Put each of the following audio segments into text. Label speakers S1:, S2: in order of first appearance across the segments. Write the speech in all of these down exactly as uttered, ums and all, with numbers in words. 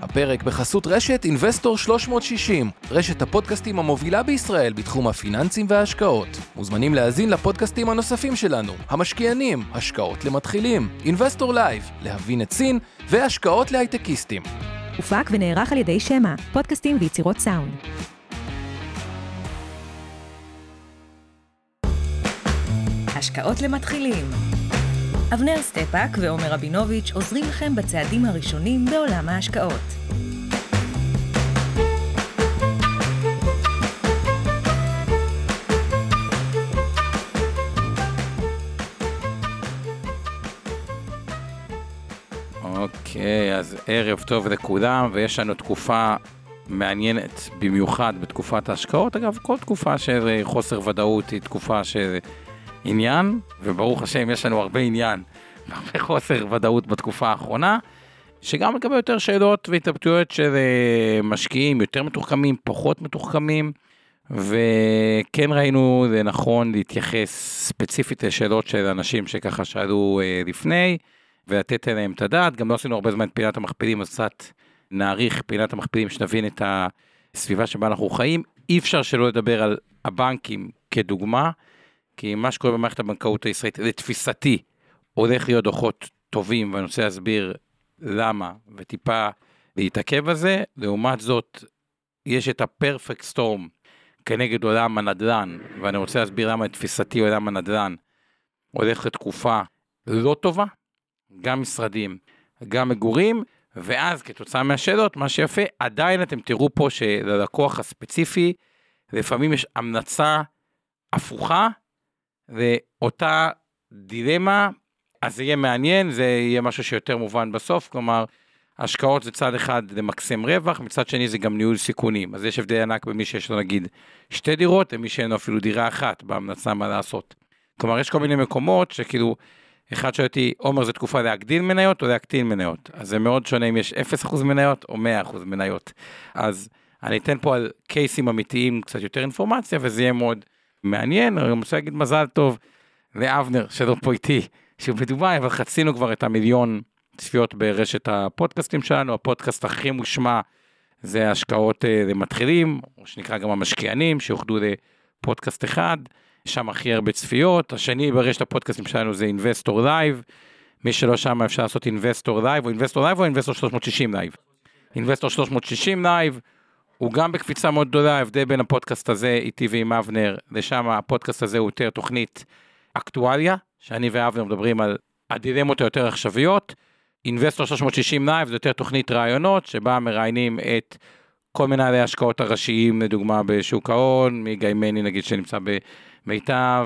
S1: הפרק בחסות רשת Investor שלוש מאות שישים, רשת הפודקאסטים המובילה בישראל בתחום הפיננסים וההשקעות. מוזמנים להאזין לפודקאסטים הנוספים שלנו, המשקיענים, השקעות למתחילים, Investor Live, להבין את סין, והשקעות להייטקיסטים.
S2: הופק ונערך על ידי שמה, פודקאסטים ויצירות סאונד. השקעות למתחילים. אבנר סטפאק ועומר רבינוביץ' עוזרים לכם בצעדים הראשונים בעולם ההשקעות.
S3: אוקיי, אז ערב טוב לכולם, ויש לנו תקופה מעניינת במיוחד בתקופת ההשקעות. אגב, כל תקופה של חוסר ודאות היא תקופה של עניין, וברוך השם יש לנו הרבה עניין, הרבה חוסר ודאות בתקופה האחרונה, שגם לקבל יותר שאלות והתלבטויות של משקיעים, יותר מתוחכמים, פחות מתוחכמים, וכן ראינו זה נכון להתייחס ספציפית לשאלות של אנשים שככה שאלו לפני, ולתת אליהם את הדעת. גם לא עשינו הרבה זמן את פינת המכפילים, אז קצת נעריך פינת המכפילים שנבין את הסביבה שבה אנחנו חיים. אי אפשר שלא לדבר על הבנקים כדוגמה, כי מה שקורה במערכת הבנקאות הישראלית, לתפיסתי, הולך להיות דוחות טובים, ואני רוצה להסביר למה, וטיפה להתעכב על זה. לעומת זאת, יש את הפרפקט סטורם כנגד עולם הנדל"ן, ואני רוצה להסביר למה לתפיסתי עולם הנדל"ן הולך לתקופה לא טובה, גם משרדים, גם מגורים, ואז כתוצאה מהשאלות, מה שיפה, עדיין אתם תראו פה שללקוח הספציפי, לפעמים יש המלצה הפוכה, ואותה דילמה, אז זה יהיה מעניין, זה יהיה משהו שיותר מובן בסוף, כלומר, השקעות זה צד אחד למקסם רווח, מצד שני זה גם ניהול סיכונים, אז יש הבדל ענק במי שיש לו נגיד שתי דירות, ומי שאין לו אפילו דירה אחת בהמלצה מה לעשות. כלומר, יש כל מיני מקומות שכאילו, אחד שאלתי, עומר, זה תקופה להגדיל מניות או להקטין מניות? אז זה מאוד שונה אם יש אפס אחוז מניות או מאה אחוז מניות. אז אני אתן פה על קייסים אמיתיים קצת יותר אינפורמציה, וזה יהיה מאוד מעניין. אני רוצה להגיד מזל טוב לאבנר, שלא פה איתי, שהוא בדובאי, אבל חצינו כבר את המיליון צפיות ברשת הפודקאסטים שלנו. הפודקאסט הכי מושמע זה השקעות למתחילים, או שנקרא גם המשקיענים, שאוחדו לפודקאסט אחד, שם הכי הרבה צפיות. השני ברשת הפודקאסטים שלנו זה Investor Live, מי שלא שם אפשר לעשות Investor Live, או Investor Live או Investor שלוש מאות שישים Live. Investor שלוש מאות שישים Live, הוא גם בקפיצה מאוד גדולה. ההבדל בין הפודקאסט הזה, איתי ועם אבנר, לשם הפודקאסט הזה הוא יותר תוכנית אקטואליה, שאני ואבנר מדברים על הדילמות היותר עכשוויות. Investor שלוש מאות שישים Live זה יותר תוכנית רעיונות, שבה מראיינים את כל מנהלי ההשקעות הראשיים, לדוגמה בשוק ההון, מגיא מני נגיד שנמצא במיטב,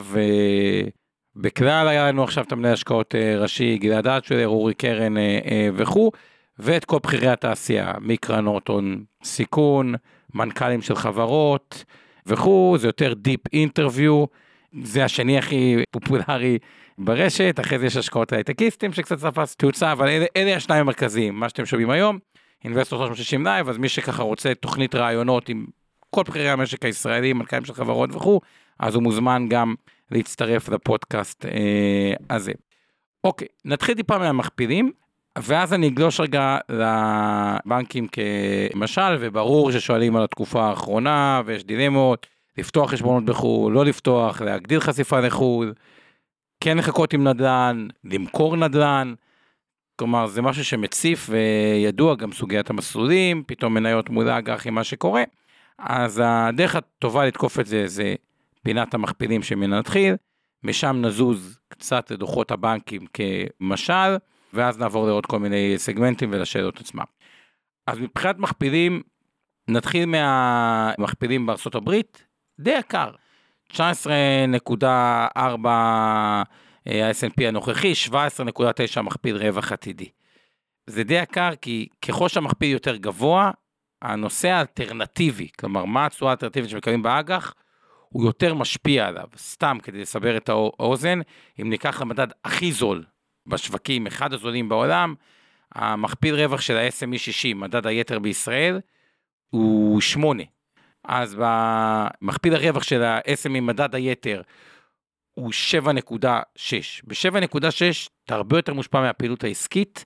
S3: ובכלל היה לנו עכשיו את המנהל השקעות ראשי, גלעד אצ'ולר, אורי קרן וכו', ואת כל בחירי התעשייה, מקרנות הון סיכון, מנכ"לים של חברות וכו', זה יותר דיפ אינטרוויו, זה השני הכי פופולרי ברשת. אחרי זה יש השקעות להייטקיסטים שקצת תפס תאוצה, אבל אלה, אלה השניים המרכזיים, מה שאתם שומעים היום, Investor שלוש מאות שישים Live, אז מי שככה רוצה תוכנית רעיונות עם כל בחירי המשק הישראלי, מנכ"לים של חברות וכו', אז הוא מוזמן גם להצטרף לפודקאסט אה, הזה. אוקיי, נתחיל טיפה מהמכפילים, ואז אני אגלוש רגע לבנקים כמשל, וברור ששואלים על התקופה האחרונה, ויש דילמות, לפתוח חשבונות בחו"ל, לא לפתוח, להגדיל חשיפה לחו"ל, כן לחכות עם נדל"ן, למכור נדל"ן, כלומר זה משהו שמציף וידוע, גם סוגיית המסלולים, פתאום מניות מול האג"ח עם מה שקורה. אז הדרך הטובה לתקוף את זה, זה פינת המכפילים שממנה נתחיל, משם נזוז קצת לדוחות הבנקים כמשל, ואז נעבור לעוד כל מיני סגמנטים ולשאלות עצמם. אז מבחינת מכפילים, נתחיל מהמכפילים בארצות הברית, די יקר, תשע עשרה נקודה ארבע ה-אס אנד פי הנוכחי, שבע עשרה נקודה תשע מכפיל רווח עתידי. זה די יקר כי ככל שהמכפיל יותר גבוה, הנושא האלטרנטיבי, כלומר מה התשואה האלטרנטיבית שמקבלים באג"ח, הוא יותר משפיע עליו. סתם כדי לסבר את האוזן, אם ניקח למדד הכי זול בשווקים, אחד הזולים בעולם, המכפיל רווח של ה-אס אם אי שישים, מדד היתר בישראל, הוא שמונה. אז במכפיל הרווח של ה-אס אם אי מדד היתר, הוא שבע נקודה שש. ב-שבע נקודה שש אתה הרבה יותר מושפע מהפעילות העסקית,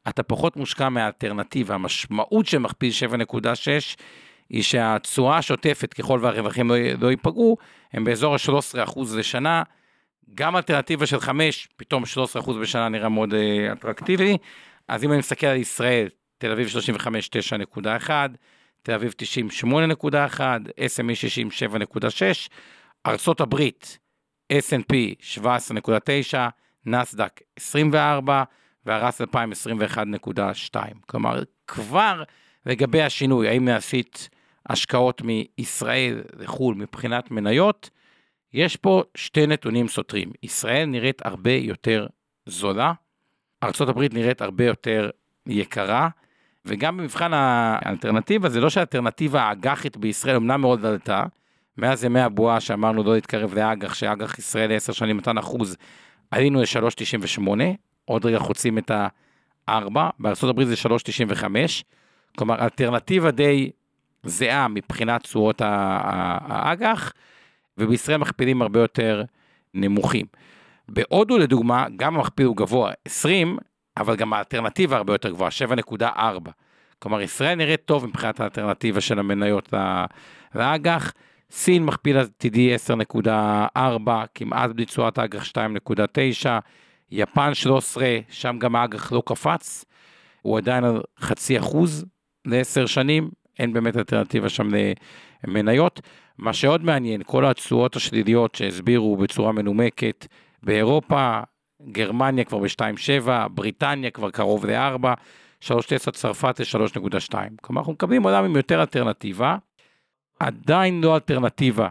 S3: אתה פחות מושקע מהאלטרנטיבה. המשמעות של מכפיל שבע נקודה שש, היא שהתשואה השוטפת, ככל והרווחים לא, לא ייפגעו, הם באזור ה-שלושה עשר אחוז לשנה, גם אלטרנטיבה של חמש, פתאום שלושה עשר אחוז בשנה נראה מאוד uh, אטרקטיבי, אז אם אני מסתכל על ישראל, תל אביב שלושים וחמש, תשע נקודה אחת, תל אביב תשעים, שמונה נקודה אחת, אס אנד פי שישים, שבע נקודה שש, ארצות הברית, אס אנד פי שבע עשרה נקודה תשע, נסדק עשרים וארבע, והרס אלפיים עשרים ואחת נקודה שתיים. כלומר, כבר לגבי השינוי, האם נעשית השקעות מישראל לחול מבחינת מניות, יש פה שתי נתונים סותרים. ישראל נראית הרבה יותר זולה, ארצות הברית נראית הרבה יותר יקרה, וגם במבחן האלטרנטיבה, זה לא שהאלטרנטיבה האג"חית בישראל אמנם מאוד עלתה, מאז ימי הבועה שאמרנו לא להתקרב לאג"ח, שאג"ח ישראל עשר שנים מתן אחוז, עלינו ל-שלוש נקודה תשעים ושמונה, עוד רגע חוצים את ה-ארבע, בארצות הברית זה שלוש נקודה תשעים וחמש, כלומר אלטרנטיבה די זהה מבחינת צורות האג"ח, ובישראל מכפילים הרבה יותר נמוכים. בהודו לדוגמה, גם המכפיל הוא גבוה עשרים, אבל גם האלטרנטיבה הרבה יותר גבוהה, שבע נקודה ארבע. כלומר, ישראל נראית טוב מבחינת האלטרנטיבה של המניות לאג"ח, סין מכפיל עתידי עשר נקודה ארבע, כמעט בלי תשואת האג"ח שתיים נקודה תשע, יפן שלוש עשרה, שם גם האג"ח לא קפץ, הוא עדיין על חצי אחוז לעשר שנים, אין באמת אלטרנטיבה שם למניות. מה שעוד מעניין, כל התשואות השליליות שהסבירו בצורה מנומקת, באירופה, גרמניה כבר ב-שתיים נקודה שבע, בריטניה כבר קרוב ל-ארבע, שלוש נקודה תשע צרפת ל-שלוש נקודה שתיים. כלומר, אנחנו מקבלים עולם עם יותר אלטרנטיבה, עדיין לא אלטרנטיבה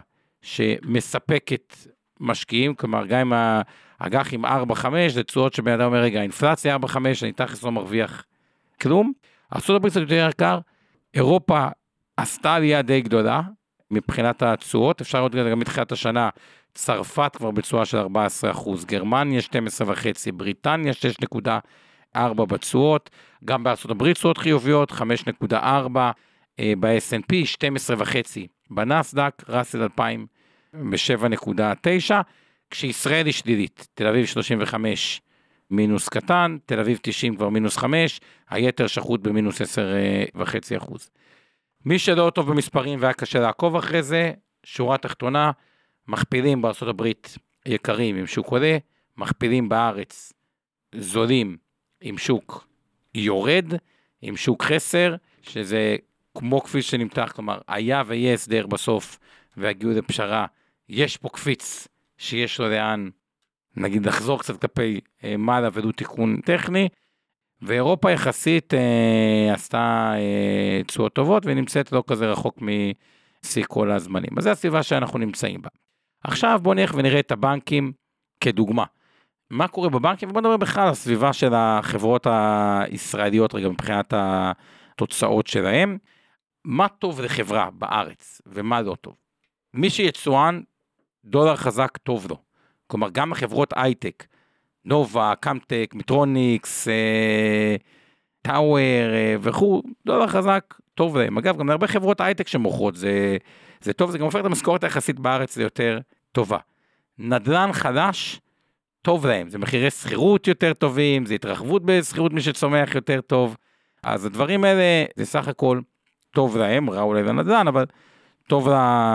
S3: שמספקת משקיעים, כלומר, גם עם האג"ח עם ארבע חמש, זה תשואות שבן אדם אומר, רגע, אינפלציה ארבע חמש, אני תכף לא מרוויח כלום. ארצות הברית קצת יותר יקר, אירופה עשתה עלייה די גדולה, מבחינת התשואות, אפשר לראות גם מתחילת השנה, צרפת כבר בתשואה של ארבעה עשר אחוז, גרמניה שתים עשרה וחצי, בריטניה שש נקודה ארבע בתשואות, גם בארצות הברית תשואות חיוביות, חמש נקודה ארבע, ב-אס אנד פי שתים עשרה וחצי, בנסדק, ראסל אלפיים ב-שבע נקודה תשע, כשישראל היא שלילית, תל אביב שלושים וחמש מינוס קטן, תל אביב תשעים כבר מינוס חמש, היתר שחוט במינוס עשר וחצי אחוז. מי שלא טוב במספרים והיה קשה לעקוב אחרי זה, שורה תחתונה, מכפילים בארצות הברית יקרים עם שוק עולה, מכפילים בארץ זולים עם שוק יורד, עם שוק חסר, שזה כמו כפי שנמתח, כלומר, היה ויהיה הסדר בסוף והגיעו לפשרה, יש פה קפיץ שיש לו לאן, נגיד לחזור קצת כלפי אה, מעלה ולו תיקון טכני, ואירופה יחסית אה, עשתה אה, תשואות טובות, ונמצאת לא כזה רחוק משיא כל הזמנים. אז זו הסביבה שאנחנו נמצאים בה. עכשיו בואו נלך ונראה את הבנקים כדוגמה. מה קורה בבנקים? ובואו נדבר בכלל על הסביבה של החברות הישראליות, רגע מבחינת התוצאות שלהם. מה טוב לחברה בארץ, ומה לא טוב? מי שיצואן, דולר חזק טוב לו. כלומר, גם החברות הייטק, נובה, קמטק, מיטרוניקס, אה, טאוור אה, וכו', דולר חזק, טוב להם. אגב, גם הרבה חברות הייטק שמוכרות, זה, זה טוב, זה גם הופך את המשכורת היחסית בארץ ליותר טובה. נדל"ן חדש, טוב להם, זה מחירי שכירות יותר טובים, זה התרחבות בשכירות מי שצומח יותר טוב, אז הדברים האלה, זה סך הכל טוב להם, רע אולי לנדל"ן, אבל טוב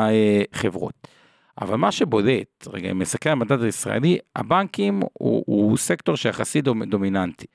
S3: לחברות. אבל מה שבולט, רגע, אם מסתכל על המדד הישראלי, הבנקים הוא, הוא סקטור שיחסית דומיננטי.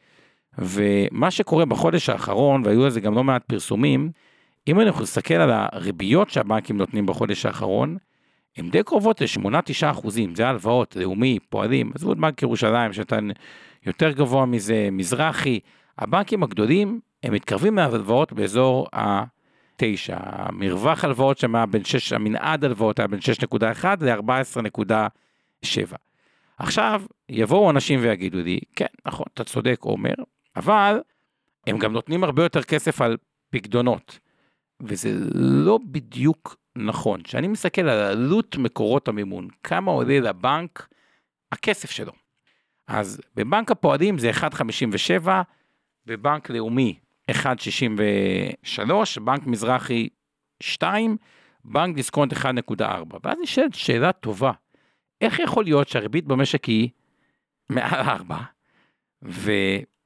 S3: ומה שקורה בחודש האחרון, והיו לזה גם לא מעט פרסומים, אם אנחנו נסתכל על הריביות שהבנקים נותנים בחודש האחרון, הן די קרובות ל-שמונה תשע אחוזים, זה הלוואות, לאומי, פועלים, עזבו את בנק ירושלים, שנתן יותר גבוה מזה, מזרחי, הבנקים הגדולים, הם מתקרבים מהלוואות באזור ה... תשע, המרווח הלוואות שמה בין שש, המנעד הלוואות היה בין שש נקודה אחת ל-ארבע עשרה נקודה שבע. עכשיו, יבואו אנשים ויגידו לי, כן, נכון, אתה צודק, אומר, אבל הם גם נותנים הרבה יותר כסף על פקדונות, וזה לא בדיוק נכון. כשאני מסתכל על עלות מקורות המימון, כמה עולה לבנק הכסף שלו. אז בבנק הפועלים זה אחת נקודה חמישים ושבע, בבנק לאומי אחת נקודה שישים ושלוש, בנק מזרחי שתיים, בנק דיסקונט אחת נקודה ארבע. ואז נשאלת שאלה טובה, איך יכול להיות שהריבית במשק היא מעל ארבע,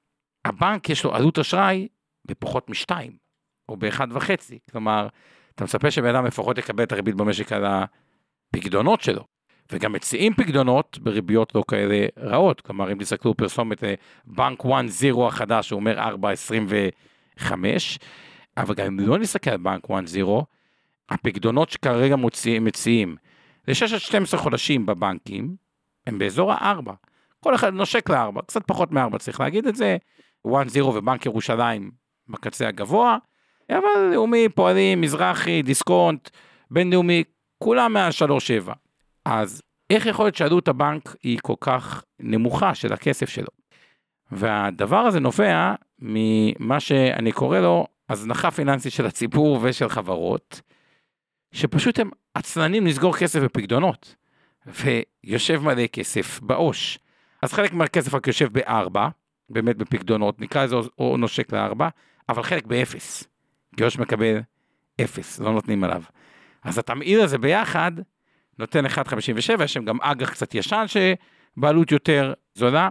S3: הבנק יש לו עלות אשראי בפחות משתיים, או באחד וחצי, כלומר, אתה מצפה שבן אדם לפחות יקבל את הריבית במשק על הפקדונות שלו, וגם מציעים פקדונות בריביות לא כאלה רעות, כלומר, אם תסתכלו פרסומת בנק אחת אפס החדש, הוא אומר ארבע עשרים וחמש, אבל גם אם לא נסתכל על בנק אחת אפס, הפקדונות שכרגע מציעים, מציעים, זה שש עד שתים עשרה חודשים בבנקים, הם באזור הארבע, כל אחד נושק לארבע, קצת פחות מארבע, צריך להגיד את זה, אחת אפס ובנק ירושלים בקצה הגבוה, אבל לאומי, פועלים, מזרחי, דיסקונט, בינלאומי, כולם מה-שלוש שבע. אז איך יכול להיות שעלות הבנק היא כל כך נמוכה של הכסף שלו? והדבר הזה נובע ממה שאני קורא לו, הזנחה פיננסית של הציבור ושל חברות, שפשוט הם עצלנים לסגור כסף בפקדונות, ויושב מלא כסף בעוש. אז חלק מהכסף רק יושב בארבע, באמת בפקדונות, נקרא לזה או נושק לארבע, אבל חלק באפס. כי עוש מקבל אפס, לא נותנים עליו. אז התמעיל הזה ביחד, נותן אחת נקודה חמישים ושבע, יש שם גם אג"ח קצת ישן, שבעלות יותר זולה,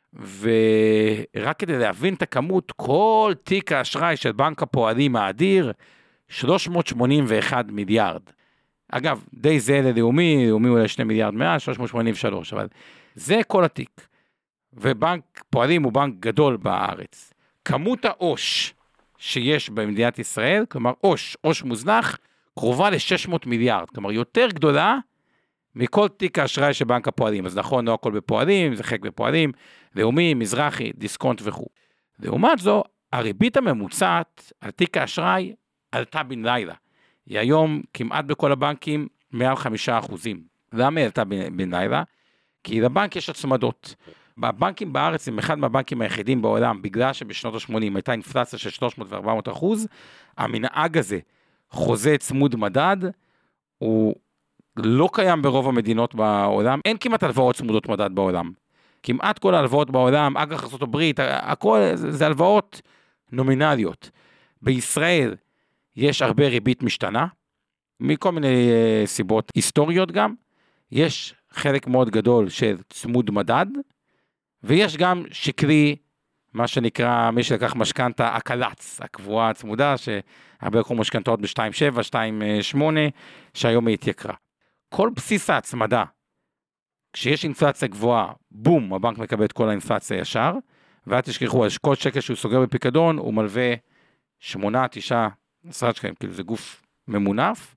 S3: ורק כדי להבין את הכמות, כל תיק האשראי של בנק הפועלים האדיר, שלוש מאות שמונים ואחד מיליארד. אגב, די זה ללאומי, לאומי אולי שני מיליארד מאה, שלוש מאות שמונים ושלוש, אבל זה כל התיק. ובנק פועלים הוא בנק גדול בארץ. כמות העוש שיש במדינת ישראל, כלומר עוש, עוש מוזנח, קרובה ל-שש מאות מיליארד, כלומר יותר גדולה מכל תיק האשראי של בנק הפועלים. אז נכון, לא הכל בפועלים, זה חלק בפועלים, לאומי, מזרחי, דיסקונט וכו'. לעומת זו, הריבית הממוצעת על תיק האשראי עלתה בן לילה. היא היום כמעט בכל הבנקים מעל חמישה אחוזים. למה היא עלתה בן לילה? כי לבנק יש הצמדות. בבנקים בארץ הם אחד מהבנקים היחידים בעולם, בגלל שבשנות ה-שמונים הייתה אינפלציה של שלוש מאות וארבע מאות אחוז, המנהג הזה, חוזה צמוד מדד, הוא לא קיים ברוב המדינות בעולם, אין כמעט הלוואות צמודות מדד בעולם. כמעט כל ההלוואות בעולם, אג"ח ארצות הברית, הכל זה, זה הלוואות נומינליות. בישראל יש הרבה ריבית משתנה, מכל מיני סיבות היסטוריות גם, יש חלק מאוד גדול של צמוד מדד, ויש גם שקלי, מה שנקרא, מי שלקח משכנתה, הקלץ, הקבועה הצמודה, שהרבה לקחו משכנתאות ב-שתיים נקודה שבע, שתיים נקודה שמונה, שהיום היא התייקרה. כל בסיס ההצמדה, כשיש אינפלציה גבוהה, בום, הבנק מקבל את כל האינפלציה ישר, ואל תשכחו, כל שקל שהוא סוגר בפיקדון, הוא מלווה שמונה, תשע, עשרה שקלים, כאילו זה גוף ממונף,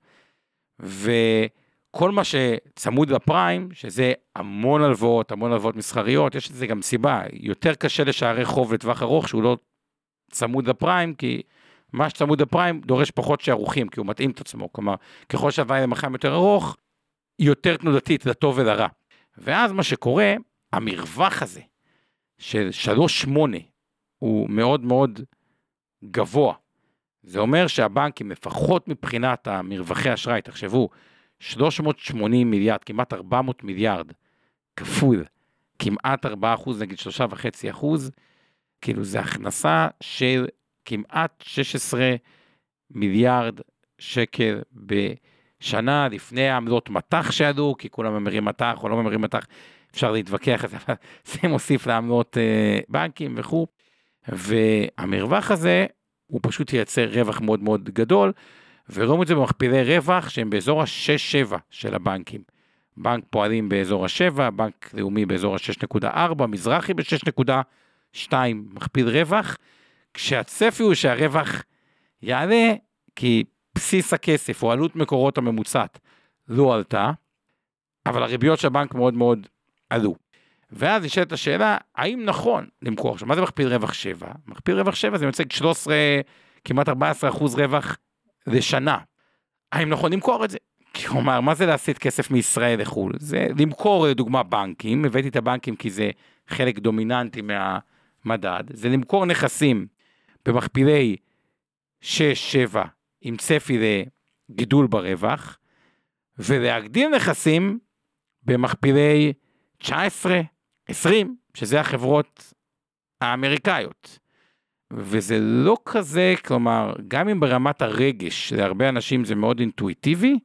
S3: וכל מה שצמוד לפריים, שזה המון הלוואות, המון הלוואות מסחריות, יש לזה גם סיבה, יותר קשה לשערי חוב לטווח ארוך, שהוא לא צמוד לפריים, כי מה שצמוד לפריים דורש פחות שערוכים, כי הוא מתאים את עצמו, כלומר, ככל שהוואי למחיים יותר ארוך, יותר תנודתית לטוב ולרע. ואז מה שקורה, המרווח הזה, של שלוש שמונה, הוא מאוד מאוד גבוה. זה אומר שהבנקים, לפחות מבחינת המרווחי אשראי, תחשבו, שלוש מאות ושמונים מיליארד, כמעט ארבע מאות מיליארד, כפול, כמעט ארבעה אחוז, נגיד שלושה וחצי אחוז, כאילו זה הכנסה של כמעט שש עשרה מיליארד שקל בשנה, לפני העמלות מתח שעלו, כי כולם ממרים מתח או לא ממרים מתח, אפשר להתווכח, זה מוסיף לעמלות בנקים וכו', והמרווח הזה, הוא פשוט ייצר רווח מאוד מאוד גדול, ורואים את זה במכפילי רווח, שהם באזור ה-שש שבע של הבנקים. בנק פועלים באזור ה-שבע, בנק לאומי באזור ה-שש נקודה ארבע, מזרחי ב-שש נקודה שתיים, מכפיל רווח, כשהצפי הוא שהרווח יעלה, כי בסיס הכסף, או עלות מקורות הממוצעת, לא עלתה, אבל הריביות של הבנק מאוד מאוד עלו. ואז נשאלת השאלה, האם נכון למכור? עכשיו, מה זה מכפיל רווח שבע? מכפיל רווח שבע זה יוצג שלוש עשרה, כמעט ארבעה עשר אחוז רווח לשנה. האם נכון למכור את זה? כלומר, מה זה להסיט כסף מישראל לחו"ל? זה למכור לדוגמה בנקים, הבאתי את הבנקים כי זה חלק דומיננטי מהמדד, זה למכור נכסים במכפילי שש שבע עם צפי לגידול ברווח, ולהגדיל נכסים במכפילי תשע עשרה, עשרים, שזה החברות האמריקאיות. וזה לא כזה, כלומר, גם אם ברמת הרגש, להרבה אנשים זה מאוד אינטואיטיבי,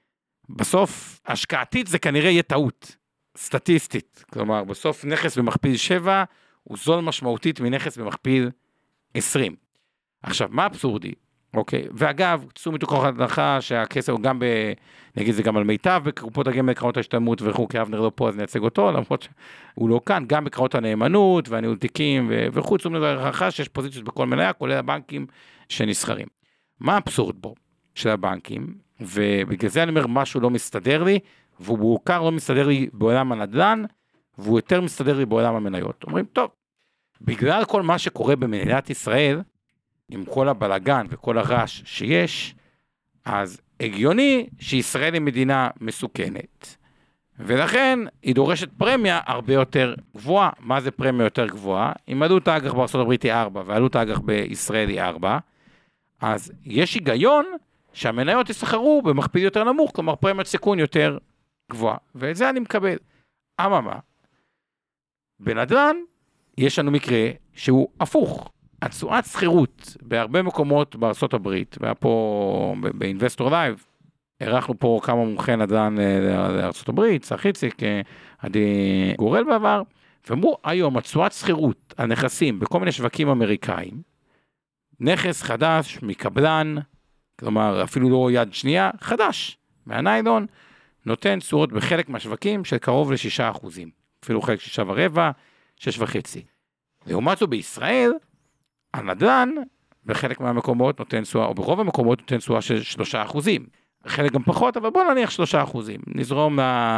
S3: בסוף, השקעתית זה כנראה יהיה טעות, סטטיסטית. כלומר, בסוף נכס במכפיל שבע, הוא זול משמעותית מנכס במכפיל עשרים. עכשיו, מה אבסורדי? אוקיי, ואגב, צאו מתוך הנחה שהכסף הוא גם ב... נגיד זה גם על מיטב, בקופות הגמל, קרנות ההשתלמות וכו', כי אבנר לא פה, אז נייצג אותו, למרות שהוא לא כאן, גם בקרנות הנאמנות והניהול תיקים וכו', צאו מתוך הנחה שיש פוזיציות בכל מניה, כולל הבנקים שנסחרים. מה האבסורד בו של הבנקים? ובגלל זה אני אומר, משהו לא מסתדר לי, והוא בעיקר לא מסתדר לי בעולם הנדל"ן, והוא יותר מסתדר לי בעולם המניות. אומרים, טוב, בגלל כל מה שקורה במדינת ישראל, עם כל הבלגן וכל הרעש שיש, אז הגיוני שישראל היא מדינה מסוכנת. ולכן היא דורשת פרמיה הרבה יותר גבוהה. מה זה פרמיה יותר גבוהה? אם עלות האג"ח בארצות הברית היא ארבע, ועלות האג"ח בישראל היא ארבע, אז יש היגיון שהמניות יסחרו במכפיל יותר נמוך, כלומר פרמיית סיכון יותר גבוהה. ואת זה אני מקבל. אממה, בנדל"ן יש לנו מקרה שהוא הפוך. התשואת שכירות בהרבה מקומות בארצות הברית, ופה באינבסטור לייב, ערכנו פה כמה מומחי נדל"ן לארצות הברית, צח איציק, עדי גורל בעבר, ואמרו היום התשואת שכירות הנכסים בכל מיני שווקים אמריקאים, נכס חדש מקבלן, כלומר אפילו לא יד שנייה, חדש, מהניילון, נותן תשואות בחלק מהשווקים של קרוב לשישה אחוזים, אפילו חלק שישה ורבע, שש וחצי. לעומת זאת בישראל, הנדל"ן בחלק מהמקומות נותן תשואה, או ברוב המקומות נותן תשואה של שלושה אחוזים. חלק גם פחות, אבל בוא נניח שלושה אחוזים. נזרום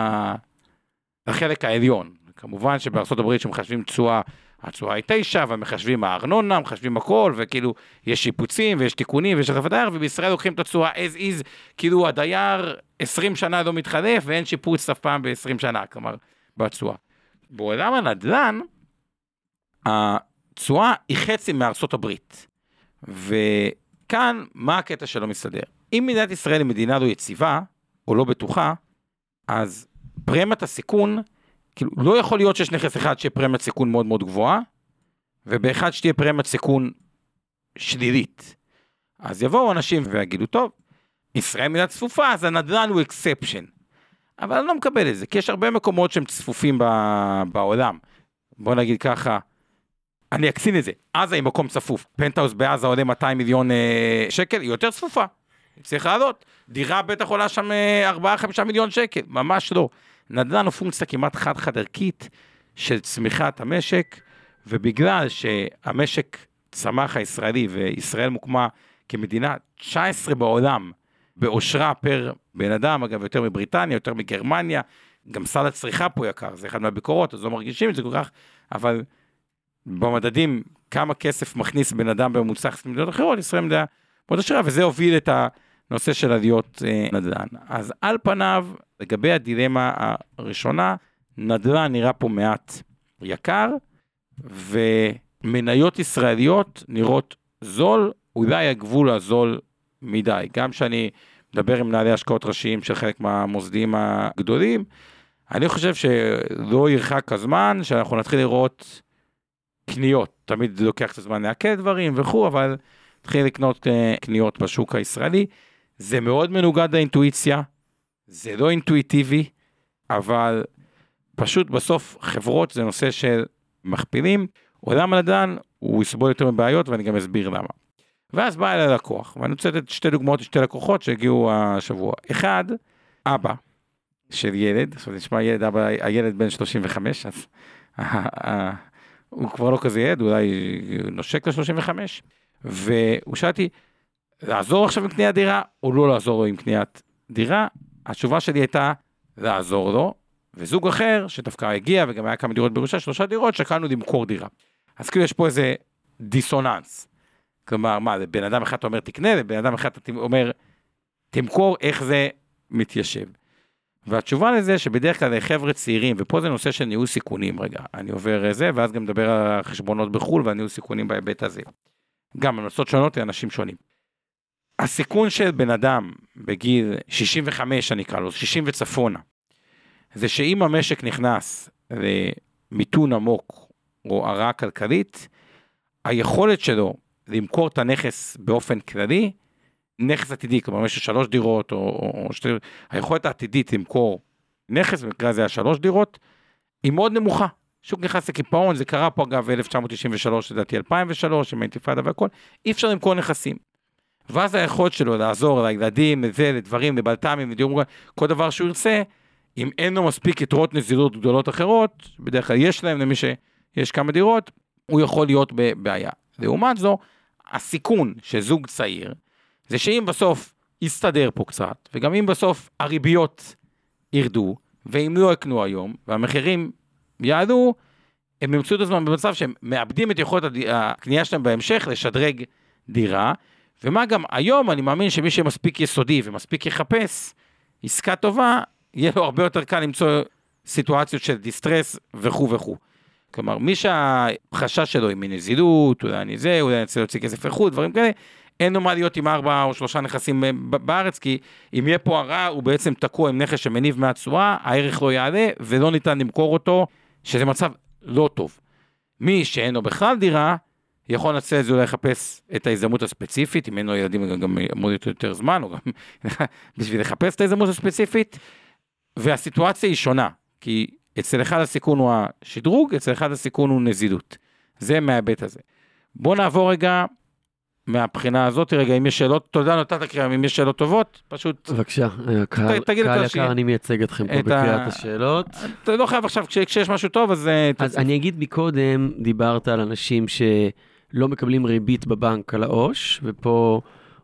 S3: לחלק העליון. כמובן שבארצות הברית שמחשבים תשואה, התשואה היא תשע, ומחשבים הארנונה, מחשבים הכל, וכאילו יש שיפוצים ויש תיקונים ויש החלפת דייר, ובישראל לוקחים את התשואה as is, כאילו הדייר עשרים שנה לא מתחלף, ואין שיפוץ אף פעם ב-עשרים שנה, כלומר, בתשואה. בעולם הנדל"ן, התשואה היא חצי מארצות הברית. וכאן, מה הקטע שלא מסתדר? אם מדינת ישראל היא מדינה לא יציבה, או לא בטוחה, אז פרמיית הסיכון, כאילו, לא יכול להיות שיש נכס אחד שיהיה פרמיית סיכון מאוד מאוד גבוהה, ובאחד שתהיה פרמיית סיכון שלילית. אז יבואו אנשים ויגידו, טוב, ישראל מדינה צפופה, אז הנדל"ן הוא אקספשן. אבל אני לא מקבל את זה, כי יש הרבה מקומות שהם צפופים בעולם. בוא נגיד ככה, אני אקסין את זה, עזה היא מקום צפוף, פנטהאוס בעזה עולה מאתיים מיליון אה, שקל, היא יותר צפופה, צריך לעלות, דירה בטח עולה שם ארבעה חמישה מיליון שקל, ממש לא, נדל"ן הוא פונקציה כמעט חד חד ערכית של צמיחת המשק, ובגלל שהמשק צמח הישראלי, וישראל מוקמה כמדינה תשע עשרה בעולם, באושרה פר בן אדם, אגב יותר מבריטניה, יותר מגרמניה, גם סל הצריכה פה יקר, זה אחד מהביקורות, אז לא מרגישים את זה כל כך, אבל במדדים, כמה כסף מכניס בן אדם בממוצע במדינות אחרות, ישראל מדעה מאוד עשירה, וזה הוביל את הנושא של עליות אה, נדל"ן. אז על פניו, לגבי הדילמה הראשונה, נדל"ן נראה פה מעט יקר, ומניות ישראליות נראות זול, אולי הגבול הזול מדי. גם שאני מדבר עם מנהלי השקעות ראשיים של חלק מהמוסדים הגדולים, אני חושב שלא ירחק הזמן שאנחנו נתחיל לראות קניות, תמיד לוקח את הזמן להקל דברים וכו', אבל תתחיל לקנות קניות בשוק הישראלי, זה מאוד מנוגד לאינטואיציה, זה לא אינטואיטיבי, אבל פשוט בסוף חברות זה נושא של מכפילים, עולם הנדל"ן הוא יסבול יותר מבעיות ואני גם אסביר למה. ואז בא אל הלקוח, ואני רוצה לתת שתי דוגמאות לשתי לקוחות שהגיעו השבוע. אחד, אבא של ילד, עכשיו נשמע ילד, אבא, הילד בן שלושים וחמש, אז הוא כבר לא כזה ילד, אולי נושק ל-שלושים וחמש, והוא שאלתי, לעזור עכשיו עם קניית דירה, או לא לעזור לו עם קניית דירה? התשובה שלי הייתה, לעזור לו, וזוג אחר, שדווקא הגיע, וגם היה כמה דירות בירושה, שלושה דירות, שקלנו למכור דירה. אז כאילו יש פה איזה דיסוננס. כלומר, מה, בן אדם אחד אומר תקנה, ובן אדם אחד אומר, תמכור איך זה מתיישב. והתשובה לזה שבדרך כלל חבר'ה צעירים, ופה זה נושא של ניהול סיכונים, רגע, אני עובר זה, ואז גם מדבר על החשבונות בחול, והניהול סיכונים בהיבט הזה. גם המלצות שונות לאנשים שונים. הסיכון של בן אדם בגיל שישים וחמש, אני אקרא לו, שישים וצפונה, זה שאם המשק נכנס למיתון עמוק, או הרעה כלכלית, היכולת שלו למכור את הנכס באופן כללי, נכס עתידי, כלומר יש שלוש דירות, או, או שתי, היכולת העתידית למכור נכס, במקרה הזה השלוש דירות, היא מאוד נמוכה. שוק נכנס לקיפאון, זה קרה פה אגב אלף תשע מאות תשעים ושלוש, לדעתי אלפיים ושלוש, עם האינתיפאדה והכל, אי אפשר למכור נכסים. ואז היכולת שלו לעזור לילדים, לזה, לדברים, לבלת"מים, לדיור, כל דבר שהוא ירצה, אם אין לו מספיק יתרות נזילות גדולות אחרות, בדרך כלל יש להם, למי שיש כמה דירות, הוא יכול להיות בבעיה. לעומת זו, הסיכון שזוג צעיר, זה שאם בסוף יסתדר פה קצת, וגם אם בסוף הריביות ירדו, ואם לא יקנו היום, והמחירים יעלו, הם ימצאו את הזמן במצב שהם מאבדים את יכולת הקנייה שלהם בהמשך, לשדרג דירה, ומה גם היום אני מאמין שמי שמספיק יסודי ומספיק יחפש עסקה טובה, יהיה לו הרבה יותר קל למצוא סיטואציות של דיסטרס וכו' וכו'. כלומר, מי שהחשש שלו היא מנזילות, אולי אני זה, אולי אני רוצה להוציא כסף איכות, דברים כאלה, אין לו מה להיות עם ארבע או שלושה נכסים בארץ, כי אם יהיה פה הרע, הוא בעצם תקוע עם נכס שמניב מהתשואה, הערך לא יעלה, ולא ניתן למכור אותו, שזה מצב לא טוב. מי שאין לו בכלל דירה, יכול לנצל את זה אולי לחפש את ההזדמנות הספציפית, אם אין לו ילדים גם אמור להיות יותר זמן, או גם בשביל לחפש את ההזדמנות הספציפית, והסיטואציה היא שונה, כי אצל אחד הסיכון הוא השדרוג, אצל אחד הסיכון הוא נזילות. זה מההיבט הזה. בואו נעבור רגע מהבחינה הזאת, רגע, אם יש שאלות, תודה נותנת קריאה, אם יש שאלות טובות, פשוט...
S4: בבקשה, קהל יקר, אני מייצג אתכם פה בקריאת השאלות.
S3: אתה לא חייב עכשיו, כשיש משהו טוב, אז...
S4: אז אני אגיד מקודם, דיברת על אנשים שלא מקבלים ריבית בבנק על העו"ש, ופה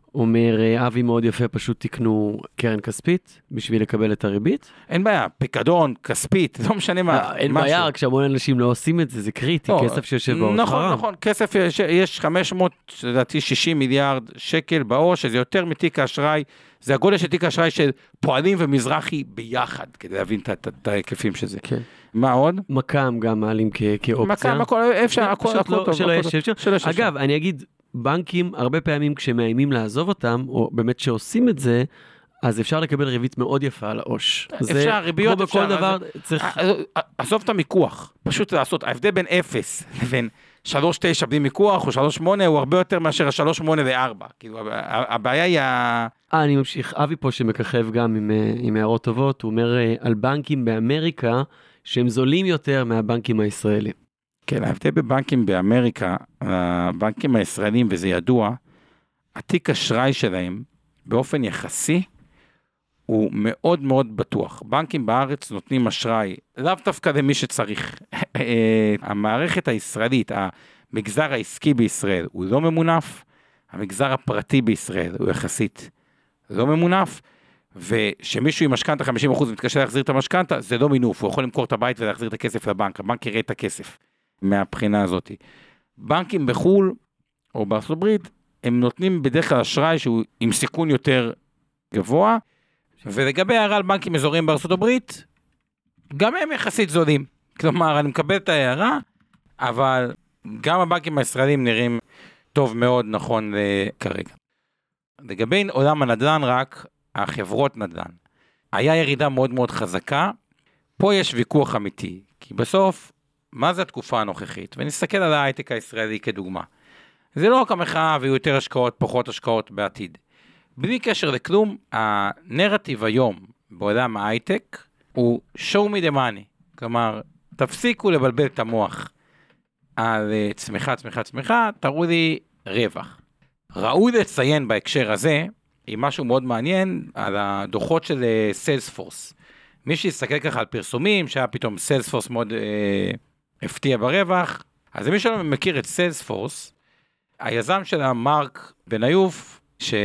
S4: אומר, אבי מאוד יפה, פשוט תקנו קרן כספית, בשביל לקבל את הריבית.
S3: אין בעיה, פקדון, כספית, לא משנה מה.
S4: אין בעיה, רק שהמון אנשים לא עושים את זה, זה קריטי, כסף שיושב בעו"ש.
S3: נכון, נכון, כסף, יש חמש מאות שישים מיליארד שקל בעו"ש, שזה יותר מתיק האשראי, זה הגודל של תיק האשראי של פועלים ומזרחי ביחד, כדי להבין את ההיקפים של זה. מה עוד?
S4: מקם גם מעלים כאופציה.
S3: מקם, הכל, אפשר, הכל טוב.
S4: אגב, אני אגיד, בנקים, הרבה פעמים כשמאיימים לעזוב אותם, או באמת שעושים את זה, אז אפשר לקבל ריבית מאוד יפה על העו"ש.
S3: אפשר, ריביות אפשר.
S4: כמו בכל דבר, צריך...
S3: עזוב את המיקוח, פשוט לעשות, ההבדל בין אפס לבין שלוש תשע בלי מיקוח, או שלוש שמונה, הוא הרבה יותר מאשר ה-שלוש שמונה ו-ארבע. כאילו, הבעיה היא ה...
S4: אני ממשיך, אבי פה שמככב גם עם, עם הערות טובות, הוא אומר על בנקים באמריקה, שהם זולים יותר מהבנקים הישראלים.
S3: כן, ההבדל בבנקים באמריקה, הבנקים הישראלים, וזה ידוע, התיק אשראי שלהם, באופן יחסי, הוא מאוד מאוד בטוח. בנקים בארץ נותנים אשראי, לאו דווקא למי שצריך. המערכת הישראלית, המגזר העסקי בישראל, הוא לא ממונף, המגזר הפרטי בישראל הוא יחסית לא ממונף, ושמישהו עם משכנתה חמישים אחוז מתקשה להחזיר את המשכנתה, זה לא מינוף, הוא יכול למכור את הבית ולהחזיר את הכסף לבנק, הבנק יראה את הכסף מהבחינה הזאת. בנקים בחול, או בארצות הברית, הם נותנים בדרך כלל אשראי שהוא עם סיכון יותר גבוה, ולגבי הערה על בנקים אזוריים בארצות הברית, גם הם יחסית זולים. כלומר, אני מקבל את ההערה, אבל גם הבנקים הישראלים נראים טוב מאוד נכון כרגע. לגבי עולם הנדל"ן רק, החברות נדל"ן. היה ירידה מאוד מאוד חזקה, פה יש ויכוח אמיתי, כי בסוף, מה זה התקופה הנוכחית? ונסתכל על ההייטק הישראלי כדוגמה. זה לא רק המחאה ויהיו יותר השקעות, פחות השקעות בעתיד. בלי קשר לכלום, הנרטיב היום בעולם ההייטק הוא show me the money. כלומר, תפסיקו לבלבל את המוח על צמיחה, צמיחה, צמיחה, תראו לי רווח. ראוי לציין בהקשר הזה, עם משהו מאוד מעניין, על הדוחות של סיילספורס. מי שיסתכל ככה על פרסומים, שהיה פתאום סיילספורס מאוד אה, הפתיע ברווח, אז מי שלא מכיר את סיילספורס, היזם של מרק בניוף,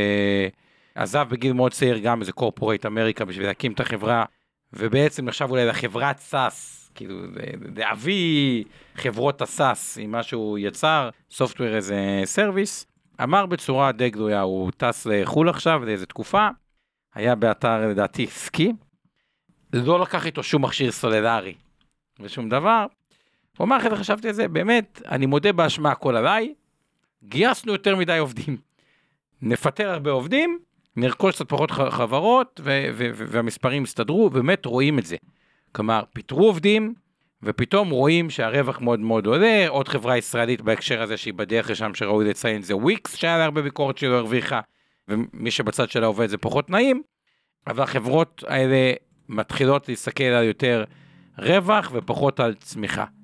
S3: שעזב בגיל מאוד צעיר גם איזה קורפורייט אמריקה, בשביל להקים את החברה, ובעצם נחשב אולי לחברת סאס, כאילו, להביא חברות הסאס, עם מה שהוא יצר, software as a service, אמר בצורה די גלויה, הוא טס לחול עכשיו, לאיזו תקופה, היה באתר לדעתי סקי, לא לקח איתו שום מכשיר סוללרי, ושום דבר, הוא אמר, אחרי חשבתי על זה, באמת, אני מודה באשמה הכל עליי, גייסנו יותר מדי עובדים, נפטר הרבה עובדים, נרכוש קצת פחות חברות, ו- ו- ו- והמספרים הסתדרו, באמת רואים את זה. כלומר, פיתרו עובדים, ופתאום רואים שהרווח מאוד מאוד עולה, עוד חברה ישראלית בהקשר הזה שהיא בדרך לשם שראוי לציין, זה וויקס, שהיה לה הרבה ביקורת שלא הרוויחה, ומי שבצד שלה עובד זה פחות נעים, אבל החברות האלה מתחילות להסתכל על יותר רווח ופחות על צמיחה.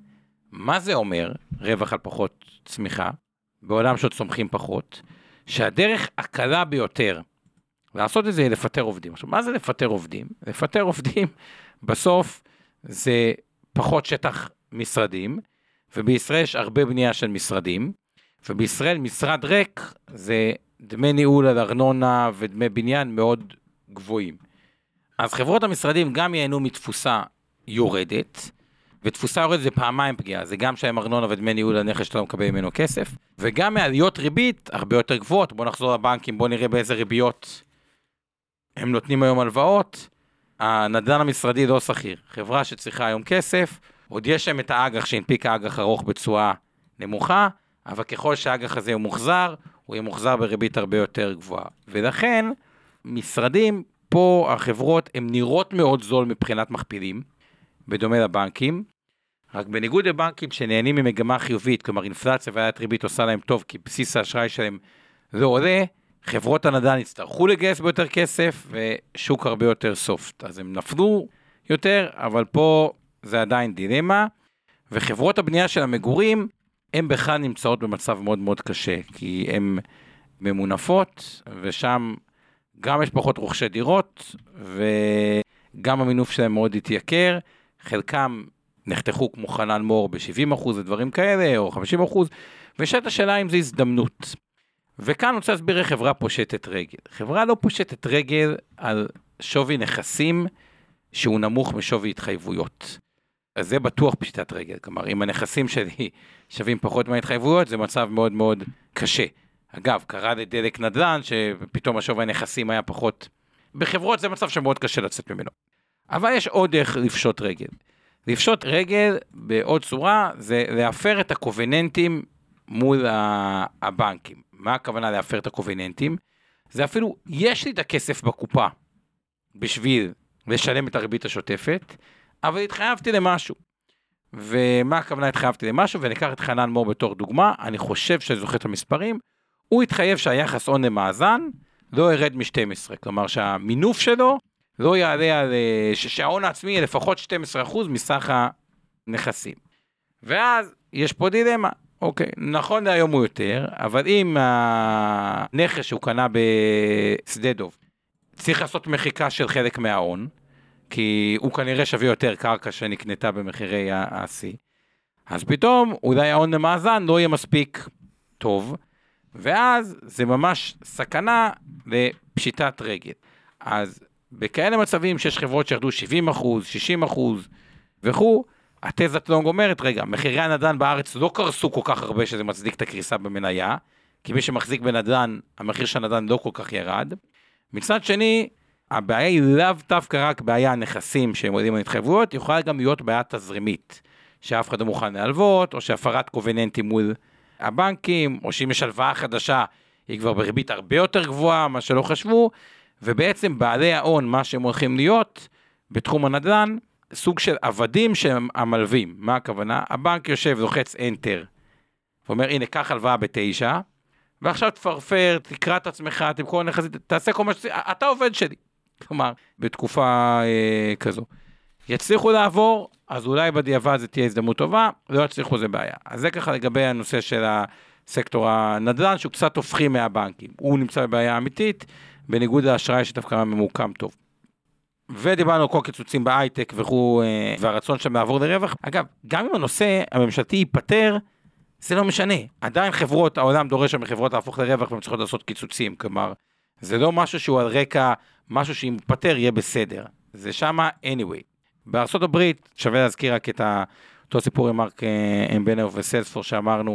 S3: מה זה אומר? רווח על פחות צמיחה, בעולם שעוד צומחים פחות, שהדרך הקלה ביותר לעשות את זה היא לפטר עובדים. עכשיו, מה זה לפטר עובדים? לפטר עובדים בסוף זה פחות שטח משרדים, ובישראל יש הרבה בנייה של משרדים, ובישראל משרד ריק זה דמי ניהול על ארנונה ודמי בניין מאוד גבוהים. אז חברות המשרדים גם ייהנו מתפוסה יורדת, ותפוסה יורדת זה פעמיים פגיעה, זה גם שהם ארנונה ודמי ניהול לנכס שאתה לא מקבל ממנו כסף, וגם מעליות ריבית הרבה יותר גבוהות. בוא נחזור לבנקים, בוא נראה באיזה ריביות הם נותנים היום הלוואות. הנדל"ן המשרדי לא שכיר, חברה שצריכה היום כסף, עוד יש להם את האג"ח שהנפיק האג"ח ארוך בצורה נמוכה, אבל ככל שהאג"ח הזה הוא מוחזר, הוא יהיה מוחזר בריבית הרבה יותר גבוהה. ולכן משרדים פה, החברות, הן נראות מאוד זול מבחינת מכפילים, בדומה לבנקים, רק בניגוד לבנקים שנהנים ממגמה חיובית, כלומר אינפלציה ועליית ריבית עושה להם טוב, כי בסיס האשראי שלהם לא עולה, חברות הנדל"ן יצטרכו לגייס ביותר כסף, ושוק הרבה יותר סופט. אז הם נפלו יותר, אבל פה זה עדיין דילמה, וחברות הבנייה של המגורים, הן בכלל נמצאות במצב מאוד מאוד קשה, כי הן ממונפות, ושם גם יש פחות רוכשי דירות, וגם המינוף שלהם מאוד התייקר, חלקם נחתכו כמו חנן מור ב-שבעים אחוז ודברים כאלה, או חמישים אחוז, ושאלת השאלה אם זה הזדמנות. וכאן אני רוצה להסביר איך חברה פושטת רגל. חברה לא פושטת רגל על שווי נכסים שהוא נמוך משווי התחייבויות. אז זה בטוח פשיטת רגל. כלומר, אם הנכסים שלי שווים פחות מההתחייבויות, זה מצב מאוד מאוד קשה. אגב, קרה לדלק נדל"ן, שפתאום השווי הנכסים היה פחות. בחברות זה מצב שמאוד קשה לצאת ממנו. אבל יש עוד איך לפשוט רגל. לפשוט רגל בעוד צורה, זה להפר את הקובננטים מול הבנקים. מה הכוונה להפר את הקובננטים? זה אפילו, יש לי את הכסף בקופה, בשביל לשלם את הריבית השוטפת, אבל התחייבתי למשהו. ומה הכוונה התחייבתי למשהו? וניקח את חנן מור בתור דוגמה, אני חושב שאני זוכר את המספרים, הוא התחייב שהיחס הון למאזן לא ירד מ-שתים עשרה, כלומר שהמינוף שלו לא יעלה על, שההון העצמי יהיה לפחות שנים עשר אחוז מסך הנכסים. ואז יש פה דילמה, אוקיי, נכון להיום הוא יותר, אבל אם הנכס שהוא קנה בשדה דוב, צריך לעשות מחיקה של חלק מההון, כי הוא כנראה שווה יותר קרקע שנקנתה במחירי ה-C, אז פתאום אולי ההון למאזן לא יהיה מספיק טוב, ואז זה ממש סכנה לפשיטת רגל. אז בכאלה מצבים שיש חברות שירדו שבעים אחוז, שישים אחוז וכו', התזת לונג אומרת, רגע, מחירי הנדל"ן בארץ לא קרסו כל כך הרבה שזה מצדיק את הקריסה במניה, כי מי שמחזיק בנדל"ן, המחיר של הנדל"ן לא כל כך ירד. מצד שני, הבעיה היא לאו דווקא רק בעיה הנכסים שהם עולים על התחייבויות, יכולה גם להיות בעיה תזרימית, שאף אחד לא מוכן להלוות, או שהפרת קובננטים מול הבנקים, או שאם יש הלוואה חדשה, היא כבר בריבית הרבה יותר גבוהה, מה שלא חשבו, ובעצם בעלי ההון, מה שהם הולכים להיות, בתחום הנדל"ן, סוג של עבדים שהם המלווים. מה הכוונה? הבנק יושב, לוחץ Enter, ואומר, הנה, קח הלוואה בתשע, ועכשיו תפרפר, תקרא את עצמך, תמכור נכסית, תעשה כל מה שצריך, אתה עובד שלי. כלומר, בתקופה אה, כזו. יצליחו לעבור, אז אולי בדיעבד זה תהיה הזדמנות טובה, לא יצליחו זה בעיה. אז זה ככה לגבי הנושא של הסקטור הנדל"ן, שהוא קצת הופכי מהבנקים. הוא נמצא בבעיה אמיתית, בניגוד לאשראי שדווקא ממוקם טוב. ודיברנו כל קיצוצים בהייטק וכו', והרצון שם לעבור לרווח. אגב, גם אם הנושא הממשלתי ייפטר, זה לא משנה. עדיין חברות, העולם דורש מחברות להפוך לרווח, והן צריכות לעשות קיצוצים. כלומר, זה לא משהו שהוא על רקע, משהו שאם ייפטר יהיה בסדר. זה שמה anyway. בארצות הברית, שווה להזכיר רק את אותו סיפור עם מרק אמבנר וסיילספורס, שאמרנו,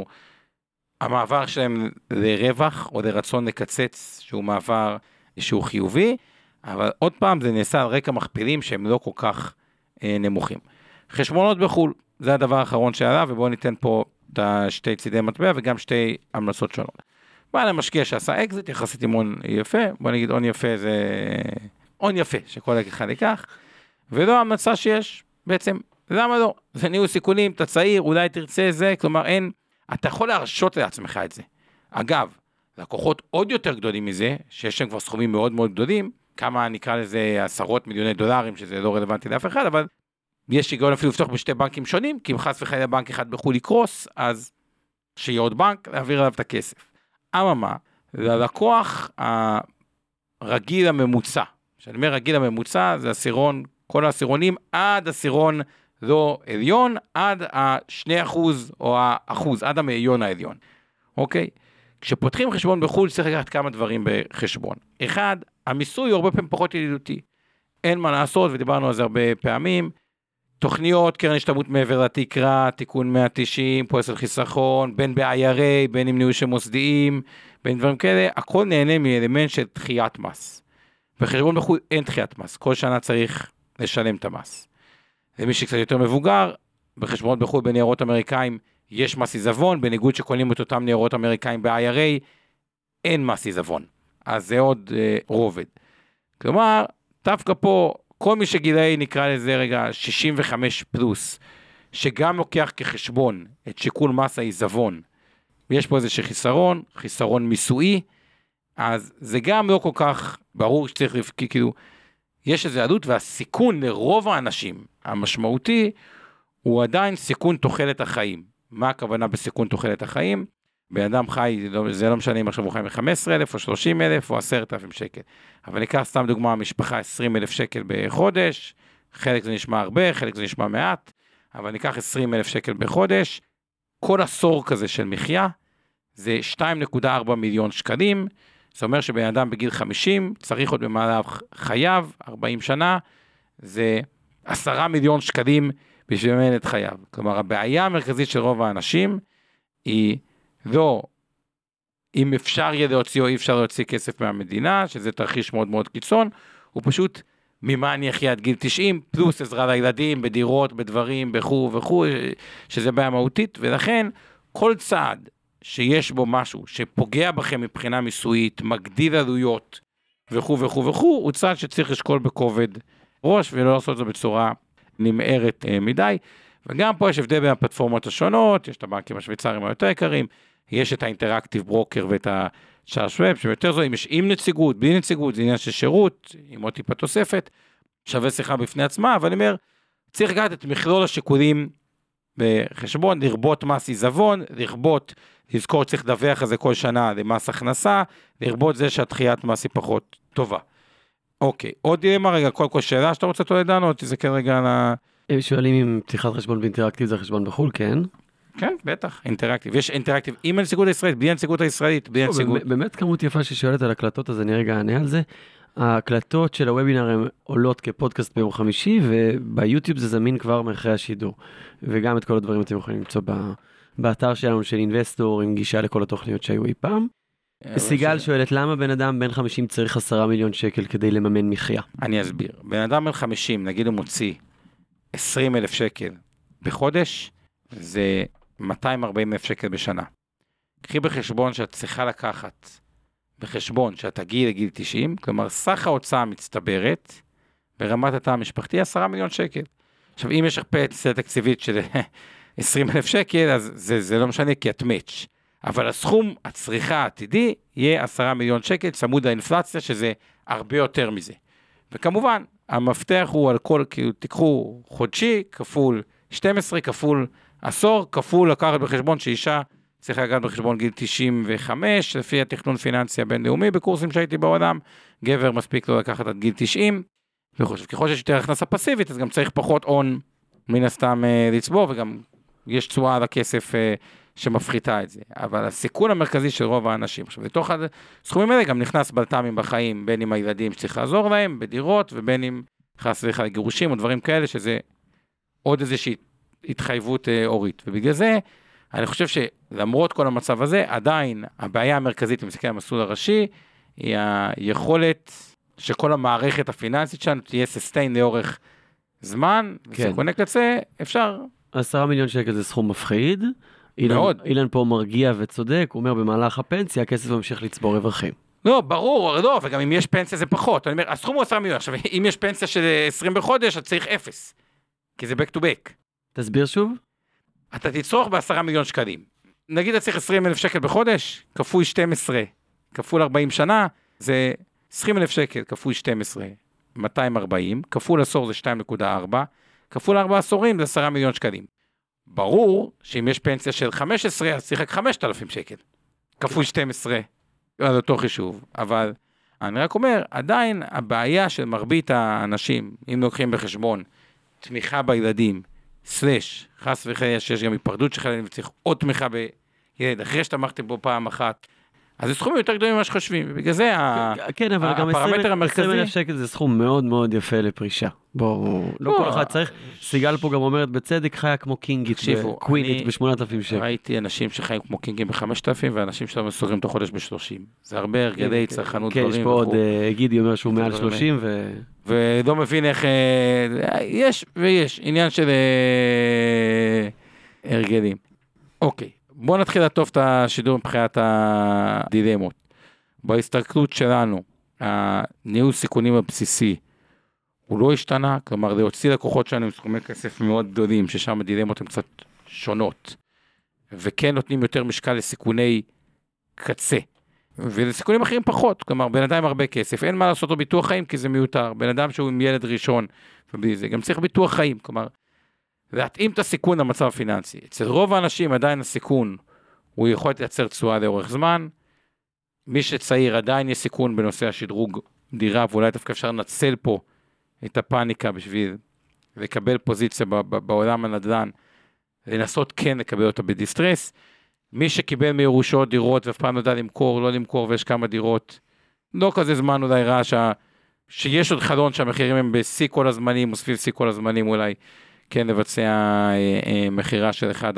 S3: המעבר שלהם לרווח, או לרצון לקצץ, שהוא מעבר שהוא חיובי, אבל עוד פעם זה נעשה על רקע מכפילים שהם לא כל כך אה, נמוכים. חשבונות בחול, זה הדבר האחרון שעלה, ובואו ניתן פה את השתי צידי מטבע, וגם שתי המלצות שונות. בעל המשקיע שעשה אקזיט, יחסית עם הון יפה, בוא נגיד הון יפה זה הון יפה, שכל אחד ייקח, ולא המלצה שיש, בעצם, למה לא? זה ניהול סיכונים, אתה צעיר, אולי תרצה זה, כלומר אין, אתה יכול להרשות לעצמך את זה. אגב, לקוחות עוד יותר גדולים מזה, שיש להם כבר סכומים מאוד מאוד גדולים, כמה נקרא לזה עשרות מיליוני דולרים, שזה לא רלוונטי לאף אחד, אבל יש היגיון אפילו לפתוח בשתי בנקים שונים, כי אם חס וחלילה בנק אחד בחו"ל יקרוס, אז שיהיה עוד בנק, להעביר עליו את הכסף. אממה, ללקוח הרגיל הממוצע, שאני אומר רגיל הממוצע, זה עשירון, כל העשירונים עד עשירון לא עליון, עד ה-שני אחוז או האחוז, עד המאיון העליון. אוקיי? כשפותחים חשבון בחו"ל, צריך לקחת כמה דברים בחשבון. אחד, המיסוי הוא הרבה פעמים פחות ידידותי. אין מה לעשות, ודיברנו על זה הרבה פעמים. תוכניות, קרן השתלמות מעבר לתקרה, תיקון מאה תשעים, פוליסת חיסכון, בין ב-איי אר איי, בין עם ניהול מוסדיים, בין דברים כאלה, הכל נהנה מאלמנט של דחיית מס. בחשבון בחו"ל אין דחיית מס, כל שנה צריך לשלם את המס. למי שקצת יותר מבוגר, בחשבונות בחו"ל בניירות אמריקאים יש מס עיזבון, בניגוד שקונים את אותם ניירות אמריקאים ב-איי אר איי, אין מס עיזבון. אז זה עוד אה, רובד. כלומר, דווקא פה, כל מי שגילאי נקרא לזה רגע שישים וחמש פלוס, שגם לוקח כחשבון את שיקול מס העיזבון, ויש פה איזה שחיסרון, חיסרון מיסוי, אז זה גם לא כל כך ברור שצריך לפקי, כאילו, יש איזו עלות, והסיכון לרוב האנשים המשמעותי, הוא עדיין סיכון תוחלת החיים. מה הכוונה בסיכון תוחלת החיים? באדם חי, זה לא משנה אם עכשיו הוא חי מ-חמישה עשר אלף או שלושים אלף או עשרת אלפים שקל. אבל ניקח סתם דוגמה, המשפחה עשרים אלף שקל בחודש, חלק זה נשמע הרבה, חלק זה נשמע מעט, אבל ניקח עשרים אלף שקל בחודש, כל עשור כזה של מחיה, זה שתיים נקודה ארבע מיליון שקלים, זה אומר שבן אדם בגיל חמישים, צריך עוד במהלך חייו, ארבעים שנה, זה עשרה מיליון שקלים בשביל לממן את חייו. כלומר, הבעיה המרכזית של רוב האנשים, היא לא, אם אפשר יהיה להוציא או אי אפשר להוציא כסף מהמדינה, שזה תרחיש מאוד מאוד קיצון, הוא פשוט, ממה אני אחיה עד גיל תשעים, פלוס עזרה לילדים, בדירות, בדברים, בחור וכו', שזה בעיה מהותית, ולכן כל צעד שיש בו משהו שפוגע בכם מבחינה מיסויית, מגדיל עלויות וכו' וכו' וכו', הוא צעד שצריך לשקול בכובד ראש, ולא לעשות את זה בצורה נמהרת מדי, וגם פה יש הבדל בין הפלטפורמות השונות, יש את הבנקים השוויצריים היותר יקרים, יש את האינטראקטיב ברוקר ואת הצ'ארש ווב, שיותר זו, אם יש עם נציגות, בלי נציגות, זה עניין של שירות, עם עוד טיפה תוספת, שווה שיחה בפני עצמה, אבל אני אומר, צריך לקחת את מכלול השיקולים בחשבון, לרבות מס עיזבון, לרבות, לזכור צריך לדווח על זה כל שנה למס הכנסה, לרבות זה שהתחיית מס היא פחות טובה. אוקיי, עוד דילמה רגע, כל כל שאלה שאתה רוצה תולדן, או תזכר רגע על ה...
S4: הם שואלים אם פתיחת חשבון באינטראקטיב זה חשבון בחול, כן?
S3: כן, בטח, אינטראקטיב. יש אינטראקטיב עם הנציגות הישראלית, בלי הנציגות הישראלית, בלי הנציגות...
S4: באמת כמות יפה ששואלת על הקלטות, אז אני רגע אענה על זה. ההקלטות של הוובינר הן עולות כפודקאסט ביום חמישי, וביוטיוב זה זמין כבר מאחרי השידור. וגם את כל הדברים אתם יכולים למצוא באתר שלנו של אינבסטור, עם גישה לכל התוכניות שהיו אי פעם. סיגל שואלת, למה בן אדם בן חמישים צריך עשרה מיליון שקל כדי לממן מחיה?
S3: אני אסביר. בן אדם בן חמישים, נגיד הוא מוציא עשרים אלף שקל בחודש, זה מאתיים וארבעים אלף שקל בשנה. קחי בחשבון שאת צריכה לקחת, בחשבון שאת תגיעי לגיל תשעים, כלומר סך ההוצאה המצטברת, ברמת התא המשפחתי, עשרה מיליון שקל. עכשיו, אם יש לך פנסיה תקציבית של עשרים אלף שקל, אז זה, זה לא משנה, כי את מאץ'. אבל הסכום הצריכה העתידי יהיה עשרה מיליון שקל, צמוד האינפלציה, שזה הרבה יותר מזה. וכמובן, המפתח הוא על כל, כאילו, תיקחו חודשי, כפול שתים עשרה, כפול עשור, כפול לקחת בחשבון שאישה צריכה לקחת בחשבון גיל תשעים וחמש, לפי התכנון פיננסי הבינלאומי, בקורסים שהייתי בעולם, גבר מספיק לא לקחת עד גיל תשעים, וחושב, ככל שיש יותר הכנסה פסיבית, אז גם צריך פחות און מן הסתם אה, לצבור, וגם יש תשואה על הכסף אה, שמפחיתה את זה. אבל הסיכון המרכזי של רוב האנשים, עכשיו, לתוך הסכומים האלה גם נכנס בלת"מים בחיים, בין עם הילדים שצריך לעזור להם, בדירות, ובין עם חס וחלילה גירושים, או דברים כאלה, שזה עוד איזושהי התחייבות אה, אורית. ובגלל זה, אני חושב שלמרות כל המצב הזה, עדיין הבעיה המרכזית, אם מסתכל על המסלול הראשי, היא היכולת שכל המערכת הפיננסית שלנו תהיה ססטיין לאורך זמן,
S4: כן.
S3: וסיכוני קצה, אפשר.
S4: עשרה מיליון שקל זה סכום מפחיד.
S3: מאוד.
S4: אילן, אילן פה מרגיע וצודק, הוא אומר במהלך הפנסיה, הכסף ממשיך לצבור רווחים.
S3: לא, ברור, לא, וגם אם יש פנסיה זה פחות. אני אומר, הסכום הוא עשרה מיליון. עכשיו, אם יש פנסיה של עשרים בחודש, אז צריך אפס. כי זה back to back.
S4: תסביר שוב?
S3: אתה תצרוך בעשרה מיליון שקלים. נגיד אתה צריך עשרים אלף שקל בחודש, כפוי שתים עשרה, כפול ארבעים שנה, זה עשרים אלף שקל, כפוי שתים עשרה, מאתיים וארבעים, כפול עשור זה שתיים נקודה ארבע, כפול ארבע עשורים זה עשרה מיליון שקלים. ברור שאם יש פנסיה של חמש עשרה, אז צריך רק חמשת אלפים שקל. כפול שתים עשרה, על אותו חישוב. אבל אני רק אומר, עדיין הבעיה של מרבית האנשים, אם לוקחים בחשבון, תמיכה בילדים, סלש, חס וחלילה שיש גם היפרדות של ילדים, וצריך עוד תמיכה בילד, אחרי שתמכתם בו פעם אחת, אז זה סכומים יותר גדולים ממה שחושבים, ובגלל זה
S4: כן, אבל גם עשרים אלף שקל זה סכום מאוד מאוד יפה לפרישה. בואו, לא כל אחד צריך, סיגל פה גם אומרת בצדק, חיה כמו קינגית, קווינית ב-שמונת אלפים שקל.
S3: ראיתי אנשים שחיים כמו קינגים ב-חמשת אלפים, ואנשים שלנו סוגרים תוך חודש ב-שלושים. זה הרבה הרגלי צרכנות דברים.
S4: כן, יש פה עוד, גידי אומר שהוא מעל שלושים, ו...
S3: ולא מבין איך, יש ויש, עניין של הרגלים. אוקיי. בואו נתחיל לטוב את השידור מבחינת הדילמות. בהסתכלות שלנו, הניהול סיכונים הבסיסי, הוא לא השתנה, כלומר, להוציא לקוחות שלנו עם סכומי כסף מאוד גדולים, ששם הדילמות הן קצת שונות, וכן נותנים יותר משקל לסיכוני קצה, ולסיכונים אחרים פחות, כלומר, בן אדם עם הרבה כסף, אין מה לעשות לו ביטוח חיים, כי זה מיותר, בן אדם שהוא עם ילד ראשון, ובלי זה, גם צריך ביטוח חיים, כלומר, להתאים את הסיכון למצב הפיננסי. אצל רוב האנשים עדיין הסיכון הוא יכול לייצר תשואה לאורך זמן, מי שצעיר עדיין יש סיכון בנושא השדרוג דירה, ואולי דווקא אפשר לנצל פה את הפאניקה בשביל לקבל פוזיציה בעולם הנדל"ן, לנסות כן לקבל אותה בדיסטרס, מי שקיבל מירושות דירות ואף פעם לא יודע למכור, לא למכור ויש כמה דירות, לא כזה זמן אולי רע שה... שיש עוד חלון שהמחירים הם בסי כל הזמנים, או סביב סי כל הזמנים אולי, כן לבצע אה, אה, מחירה של אחד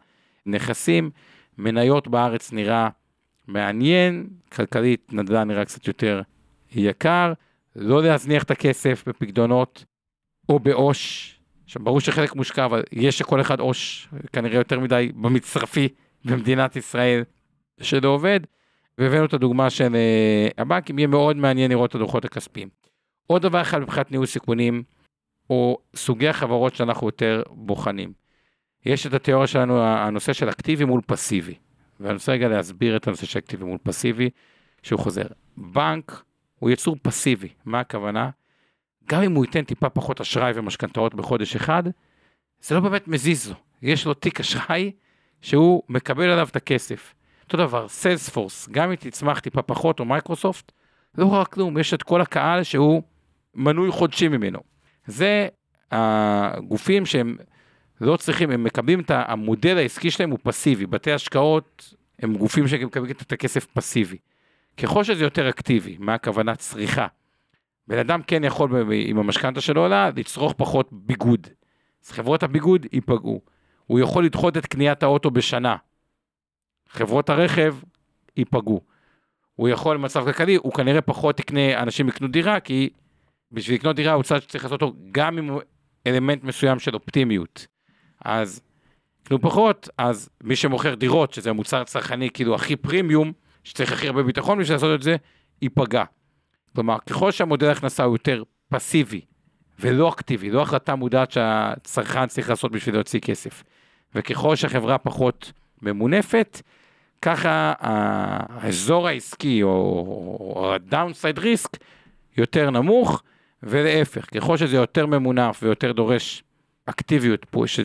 S3: הנכסים. מניות בארץ נראה מעניין, כלכלית נדל"ן נראה קצת יותר יקר, לא להזניח את הכסף בפקדונות או בעוש, עכשיו ברור שחלק מושקע, אבל יש שכל אחד עוש, כנראה יותר מדי במצרפי במדינת ישראל שלא עובד, והבאנו את הדוגמה של אה, הבנקים, יהיה מאוד מעניין לראות את הדוחות הכספיים. עוד דבר אחד מבחינת ניהול סיכונים, או סוגי החברות שאנחנו יותר בוחנים. יש את התיאוריה שלנו, הנושא של אקטיבי מול פסיבי, ואני רוצה רגע להסביר את הנושא של אקטיבי מול פסיבי, שהוא חוזר. בנק הוא יצור פסיבי, מה הכוונה? גם אם הוא ייתן טיפה פחות אשראי ומשכנתאות בחודש אחד, זה לא באמת מזיז לו. יש לו תיק אשראי שהוא מקבל עליו את הכסף. אותו דבר, סיילספורס, גם אם תצמח טיפה פחות או מייקרוסופט, לא רק כלום, יש את כל הקהל שהוא מנוי חודשי ממנו. זה הגופים שהם לא צריכים, הם מקבלים את המודל העסקי שלהם הוא פסיבי, בתי השקעות הם גופים שמקבלים את הכסף פסיבי. ככל שזה יותר אקטיבי, מה הכוונה צריכה? בן אדם כן יכול עם המשכנתה שלו עולה, לצרוך פחות ביגוד. אז חברות הביגוד ייפגעו. הוא יכול לדחות את קניית האוטו בשנה. חברות הרכב ייפגעו. הוא יכול במצב כלכלי, הוא כנראה פחות יקנה, אנשים יקנו דירה, כי בשביל לקנות דירה הוא צד שצריך לעשות אותו גם עם אלמנט מסוים של אופטימיות. אז קנו פחות, אז מי שמוכר דירות, שזה המוצר צרכני כאילו הכי פרימיום, שצריך הכי הרבה ביטחון בשביל לעשות את זה, ייפגע. כלומר, ככל שהמודל הכנסה הוא יותר פסיבי, ולא אקטיבי, לא החלטה מודעת שהצרכן צריך לעשות בשביל להוציא כסף. וככל שהחברה פחות ממונפת, ככה האזור העסקי, או ה-downside risk, יותר נמוך, ולהפך, ככל שזה יותר ממונף, ויותר דורש אקטיביות,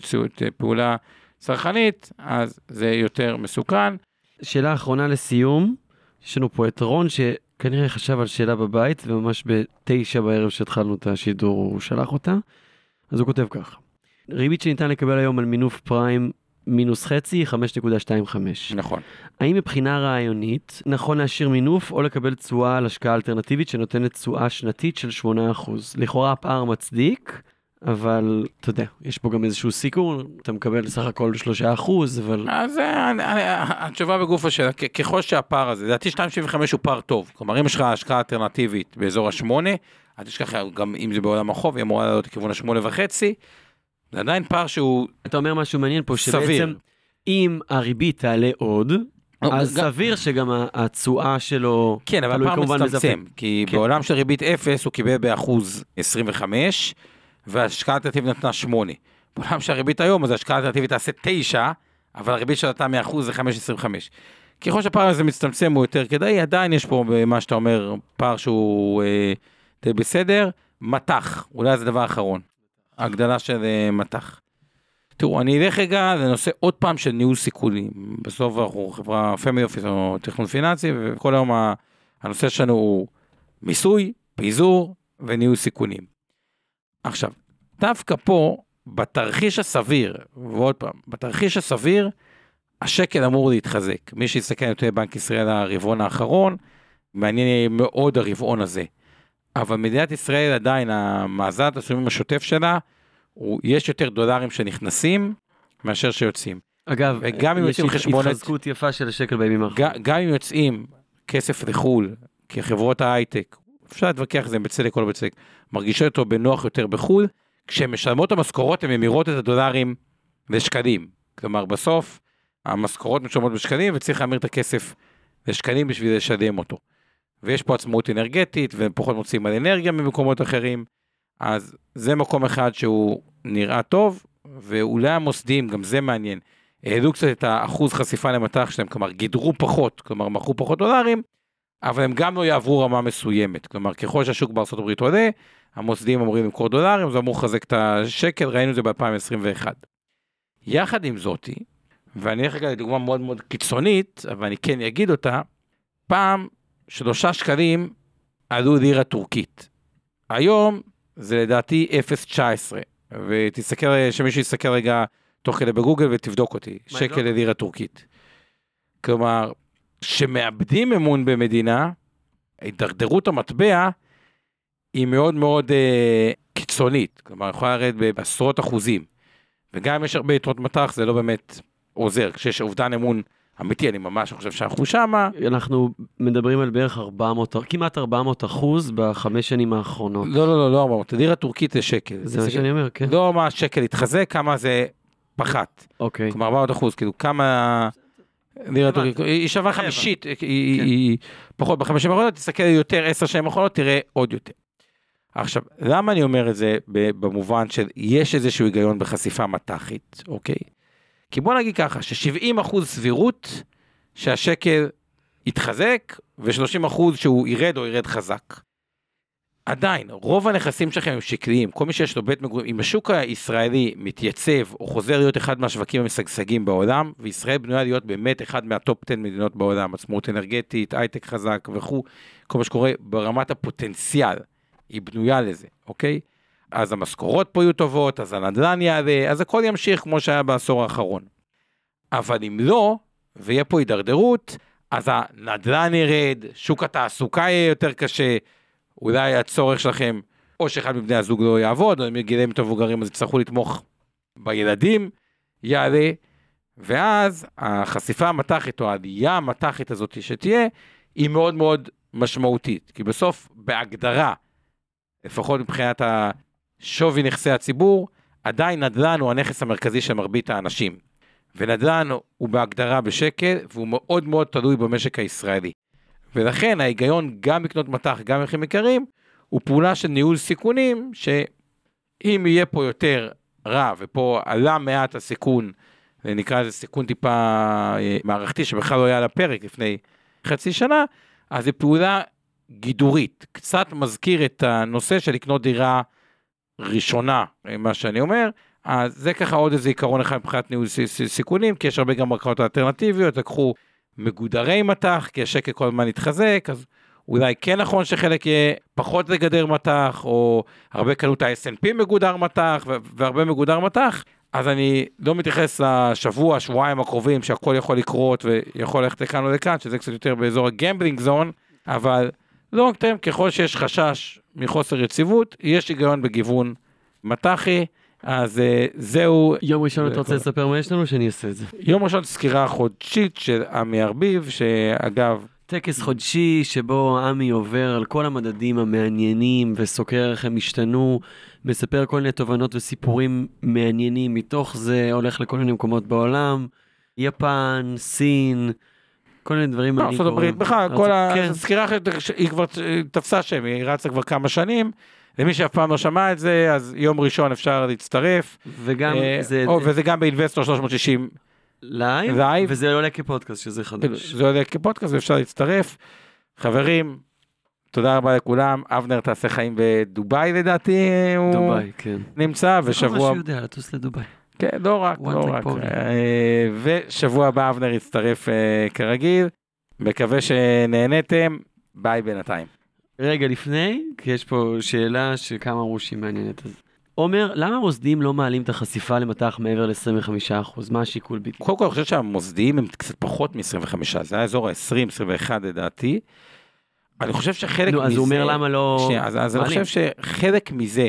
S3: פעולה צרכנית, אז זה יותר מסוכן.
S4: שאלה אחרונה לסיום, יש לנו פה את רון, שכנראה חשב על שאלה בבית, וממש בתשע בערב שהתחלנו את השידור, הוא שלח אותה, אז הוא כותב כך. ריבית שניתן לקבל היום על מינוף פריים מינוס חצי, חמש נקודה שתיים וחמש.
S3: נכון.
S4: האם מבחינה רעיונית נכון להשאיר מינוף או לקבל תשואה על השקעה אלטרנטיבית שנותנת תשואה שנתית של שמונה אחוז? לכאורה הפער מצדיק, אבל אתה יודע, יש פה גם איזשהו סיכון, אתה מקבל סך הכל שלושה אחוז, אבל...
S3: אז התשובה בגוף השאלה, ככל שהפער הזה, לדעתי שתיים נקודה שבעים וחמש הוא פער טוב, כלומר אם יש לך השקעה אלטרנטיבית באזור השמונה, אז יש ככה, גם אם זה בעולם החוב, היא אמורה לעלות לכיוון השמונה וחצי, זה עדיין פער שהוא
S4: אתה אומר משהו מעניין פה,
S3: סביר.
S4: שבעצם אם הריבית תעלה עוד, אז גם... סביר שגם התשואה שלו...
S3: כן, אבל הפער מצטמצם, כי כן. בעולם של ריבית אפס הוא קיבל באחוז עשרים וחמש, והשקעה אלטרנטיבית נתנה שמונה. בעולם של הריבית היום, אז השקעה אלטרנטיבית תעשה תשע, אבל הריבית שלתה מאחוז זה חמש נקודה עשרים וחמש. ככל שהפער הזה מצטמצם הוא יותר כדאי, עדיין יש פה במה שאתה אומר, פער שהוא אה, די בסדר, מתח, אולי זה דבר אחרון. הגדלה של מתח. תראו, אני אלך רגע לנושא עוד פעם של ניהול סיכונים. בסוף אנחנו חברה פמילי אופיס או תכנון פיננסי, וכל היום הנושא שלנו הוא מיסוי, פיזור וניהול סיכונים. עכשיו, דווקא פה, בתרחיש הסביר, ועוד פעם, בתרחיש הסביר, השקל אמור להתחזק. מי שיסתכל יותר בנק ישראל הרבעון האחרון, מעניין מאוד הרבעון הזה. אבל מדינת ישראל עדיין, המאזן התשלומים השוטף שלה, הוא, יש יותר דולרים שנכנסים, מאשר שיוצאים.
S4: אגב, יש התחזקות יפה של השקל בימים האחרונים.
S3: גם אם יוצאים כסף לחול, כי חברות ההייטק, אפשר להתווכח זה בצדק או לא בצדק, מרגישות אותו בנוח יותר בחול, כשהן משלמות המשכורות, הן ממירות את הדולרים לשקלים. כלומר, בסוף, המשכורות משלמות בשקלים, וצריך להמיר את הכסף לשקלים בשביל לשלם אותו. ויש פה עצמאות אנרגטית, ופחות מוצאים על אנרגיה ממקומות אחרים, אז זה מקום אחד שהוא נראה טוב, ואולי המוסדים, גם זה מעניין, העלו קצת את האחוז חשיפה למטח שלהם, כלומר, גידרו פחות, כלומר, מכרו פחות דולרים, אבל הם גם לא יעברו רמה מסוימת, כלומר, ככל שהשוק בארצות הברית עולה, המוסדים אמורים למכור דולרים, זה אמור לחזק את השקל, ראינו את זה ב-אלפיים עשרים ואחת. יחד עם זאתי, ואני אלך רגע לדוגמה מאוד מאוד קיצונית, אבל אני כן אגיד אותה, פעם שלושה שקלים עלו לירה טורקית. היום זה לדעתי אפס נקודה תשע עשרה, ותסתכל, שמישהו יסתכל רגע תוך כדי בגוגל ותבדוק אותי, שקל ללירה טורקית. כלומר, שמאבדים אמון במדינה, ההידרדרות המטבע היא מאוד מאוד אה, קיצונית, כלומר, יכולה לרדת בעשרות אחוזים, וגם אם יש הרבה יתרות מטח, זה לא באמת עוזר, כשיש אובדן אמון אמיתי, אני ממש חושב שאנחנו שמה.
S4: אנחנו מדברים על בערך ארבע מאות, כמעט ארבע מאות אחוז בחמש שנים האחרונות.
S3: לא, לא, לא, לא ארבע מאות, לירה טורקית זה שקל.
S4: זה מה שאני אומר, כן.
S3: לא מה שקל התחזק, כמה זה פחת.
S4: אוקיי.
S3: כלומר, ארבע מאות אחוז, כאילו, כמה לירה טורקית, היא שווה חמישית, היא פחות בחמש שנים האחרונות, תסתכל יותר עשר שנים האחרונות, תראה עוד יותר. עכשיו, למה אני אומר את זה במובן של יש איזשהו היגיון בחשיפה מטחית, אוקיי? כי בוא נגיד ככה, ש-שבעים אחוז סבירות שהשקל יתחזק, ו-שלושים אחוז שהוא ירד או ירד חזק. עדיין, רוב הנכסים שלכם הם שקליים, כל מי שיש לו בית מגורים, אם השוק הישראלי מתייצב, או חוזר להיות אחד מהשווקים המשגשגים בעולם, וישראל בנויה להיות באמת אחד מהטופ עשר מדינות בעולם, עצמאות אנרגטית, הייטק חזק וכו', כל מה שקורה ברמת הפוטנציאל, היא בנויה לזה, אוקיי? אז המשכורות פה יהיו טובות, אז הנדל"ן יעלה, אז הכל ימשיך כמו שהיה בעשור האחרון. אבל אם לא, ויהיה פה הידרדרות, אז הנדל"ן ירד, שוק התעסוקה יהיה יותר קשה, אולי הצורך שלכם, או שאחד מבני הזוג לא יעבוד, או אם יגידם את המבוגרים, אז יצטרכו לתמוך בילדים, יעלה, ואז החשיפה המתחית, או העלייה המתחית הזאת שתהיה, היא מאוד מאוד משמעותית, כי בסוף, בהגדרה, לפחות מבחינת השווי נכסי הציבור, עדיין נדל"ן הוא הנכס המרכזי של מרבית האנשים. ונדל"ן הוא בהגדרה בשקל, והוא מאוד מאוד תלוי במשק הישראלי. ולכן ההיגיון גם לקנות מטח, גם מחירים יקרים, הוא פעולה של ניהול סיכונים, שאם יהיה פה יותר רע, ופה עלה מעט הסיכון, ונקרא לזה סיכון טיפה מערכתי, שבכלל לא היה על הפרק לפני חצי שנה, אז זו פעולה גידורית, קצת מזכיר את הנושא של לקנות דירה ראשונה, מה שאני אומר, אז זה ככה עוד איזה עיקרון אחד מבחינת ניהול סיכונים, כי יש הרבה גם מרקעות אלטרנטיביות, לקחו מגודרי מטח, כי השקל כל הזמן יתחזק, אז אולי כן נכון שחלק יהיה פחות לגדר מטח, או הרבה קלות ה-אס אנד פי מגודר מטח, והרבה מגודר מטח, אז אני לא מתייחס לשבוע, שבועיים הקרובים, שהכל יכול לקרות, ויכול ללכת לכאן או לכאן, שזה קצת יותר באזור הגמבלינג זון, אבל לא רק אתם, ככל שיש חשש מחוסר יציבות, יש היגיון בגיוון מטחי, אז זהו.
S4: יום ראשון אתה רוצה לספר מה יש לנו, שאני אעשה את זה.
S3: יום ראשון סקירה חודשית של עמי ארביב, שאגב...
S4: טקס חודשי שבו עמי עובר על כל המדדים המעניינים, וסוקר איך הם השתנו, מספר כל מיני תובנות וסיפורים מעניינים, מתוך זה הולך לכל מיני מקומות בעולם, יפן, סין, כל מיני דברים מעניינים.
S3: ארצות הברית, בכלל, כל הסקירה היא כבר תפסה שם, היא רצה כבר כמה שנים, למי שאף פעם לא שמע את זה, אז יום ראשון אפשר להצטרף.
S4: וגם זה...
S3: וזה גם באינבסטור שלוש מאות שישים
S4: לייב, וזה עולה כפודקאסט, שזה חדש.
S3: זה עולה כפודקאסט, ואפשר להצטרף. חברים, תודה רבה לכולם. אבנר תעשה חיים בדוביי לדעתי.
S4: דוביי, כן.
S3: נמצא, ושבוע...
S4: זה מה שיודע, לטוס לדוביי.
S3: כן, לא רק, לא רק. ושבוע הבא אבנר יצטרף כרגיל. מקווה שנהנתם. ביי בינתיים.
S4: רגע לפני, כי יש פה שאלה שכמה אמרו שהיא מעניינת. עומר, למה המוסדים לא מעלים את החשיפה למטח מעבר ל-עשרים וחמישה אחוז? מה השיקול בדיוק?
S3: קודם כל, אני חושב שהמוסדים הם קצת פחות מ-עשרים וחמש, זה היה אזור ה-עשרים עשרים ואחת לדעתי. אני חושב שחלק מזה...
S4: אז הוא אומר למה לא...
S3: שנייה, אז אני חושב שחלק מזה,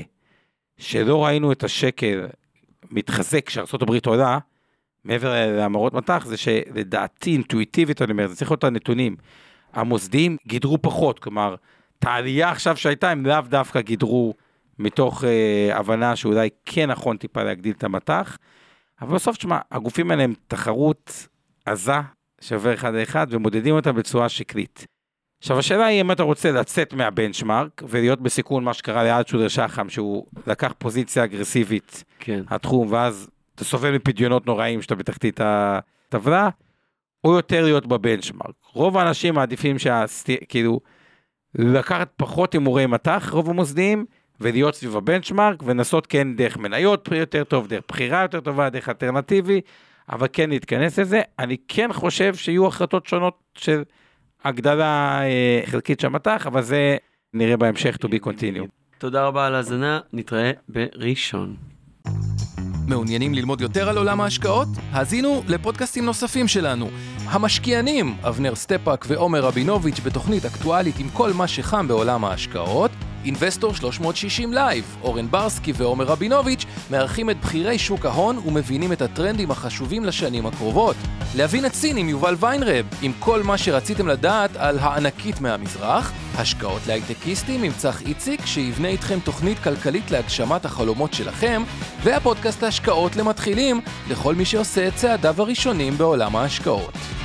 S3: שלא ראינו את השקל מתחזק כשארצות הברית עולה, מעבר להמרות מטח, זה שלדעתי אינטואיטיבית, אני אומר, זה צריך להיות הנתונים. המוסדים גידרו פחות, כלומר, העלייה עכשיו שהייתה, הם לאו דווקא גידרו מתוך אה, הבנה שאולי כן נכון טיפה להגדיל את המטח, אבל בסוף, שמה, הגופים האלה הם תחרות עזה, שווה אחד לאחד, ומודדים אותה בצורה שקלית. עכשיו, השאלה היא אם אתה רוצה לצאת מהבנצ'מרק, ולהיות בסיכון מה שקרה ליד שודר שחם, שהוא לקח פוזיציה אגרסיבית,
S4: כן.
S3: התחום, ואז אתה סובל מפדיונות נוראים שאתה בתחתית הטבלה, או יותר להיות בבנצ'מרק. רוב האנשים מעדיפים שה... כאילו, לקחת פחות הימורי מתח, רוב המוסדיים, ולהיות סביב הבנצ'מרק, ונסות כן דרך מניות יותר טוב, דרך בחירה יותר טובה, דרך אלטרנטיבי, אבל כן להתכנס לזה. אני כן חושב שיהיו החלטות שונות של הגדלה אה, חלקית של המתח, אבל זה נראה בהמשך to be continue.
S4: תודה רבה על ההזנה, נתראה בראשון.
S1: מעוניינים ללמוד יותר על עולם ההשקעות? האזינו לפודקאסטים נוספים שלנו. המשקיענים, אבנר סטפאק ועומר רבינוביץ' בתוכנית אקטואלית עם כל מה שחם בעולם ההשקעות. אינבסטור שלוש מאות שישים לייב, אורן ברסקי ועומר רבינוביץ' מארחים את בחירי שוק ההון ומבינים את הטרנדים החשובים לשנים הקרובות. להבין את סין עם יובל ויינרב, עם כל מה שרציתם לדעת על הענקית מהמזרח. השקעות להייטקיסטים עם צח איציק, שיבנה איתכם תוכנית כלכלית להגשמת החלומות שלכם, והפודקאסט ההשקעות למתחילים, לכל מי שעושה את צעדיו הראשונים בעולם ההשקעות.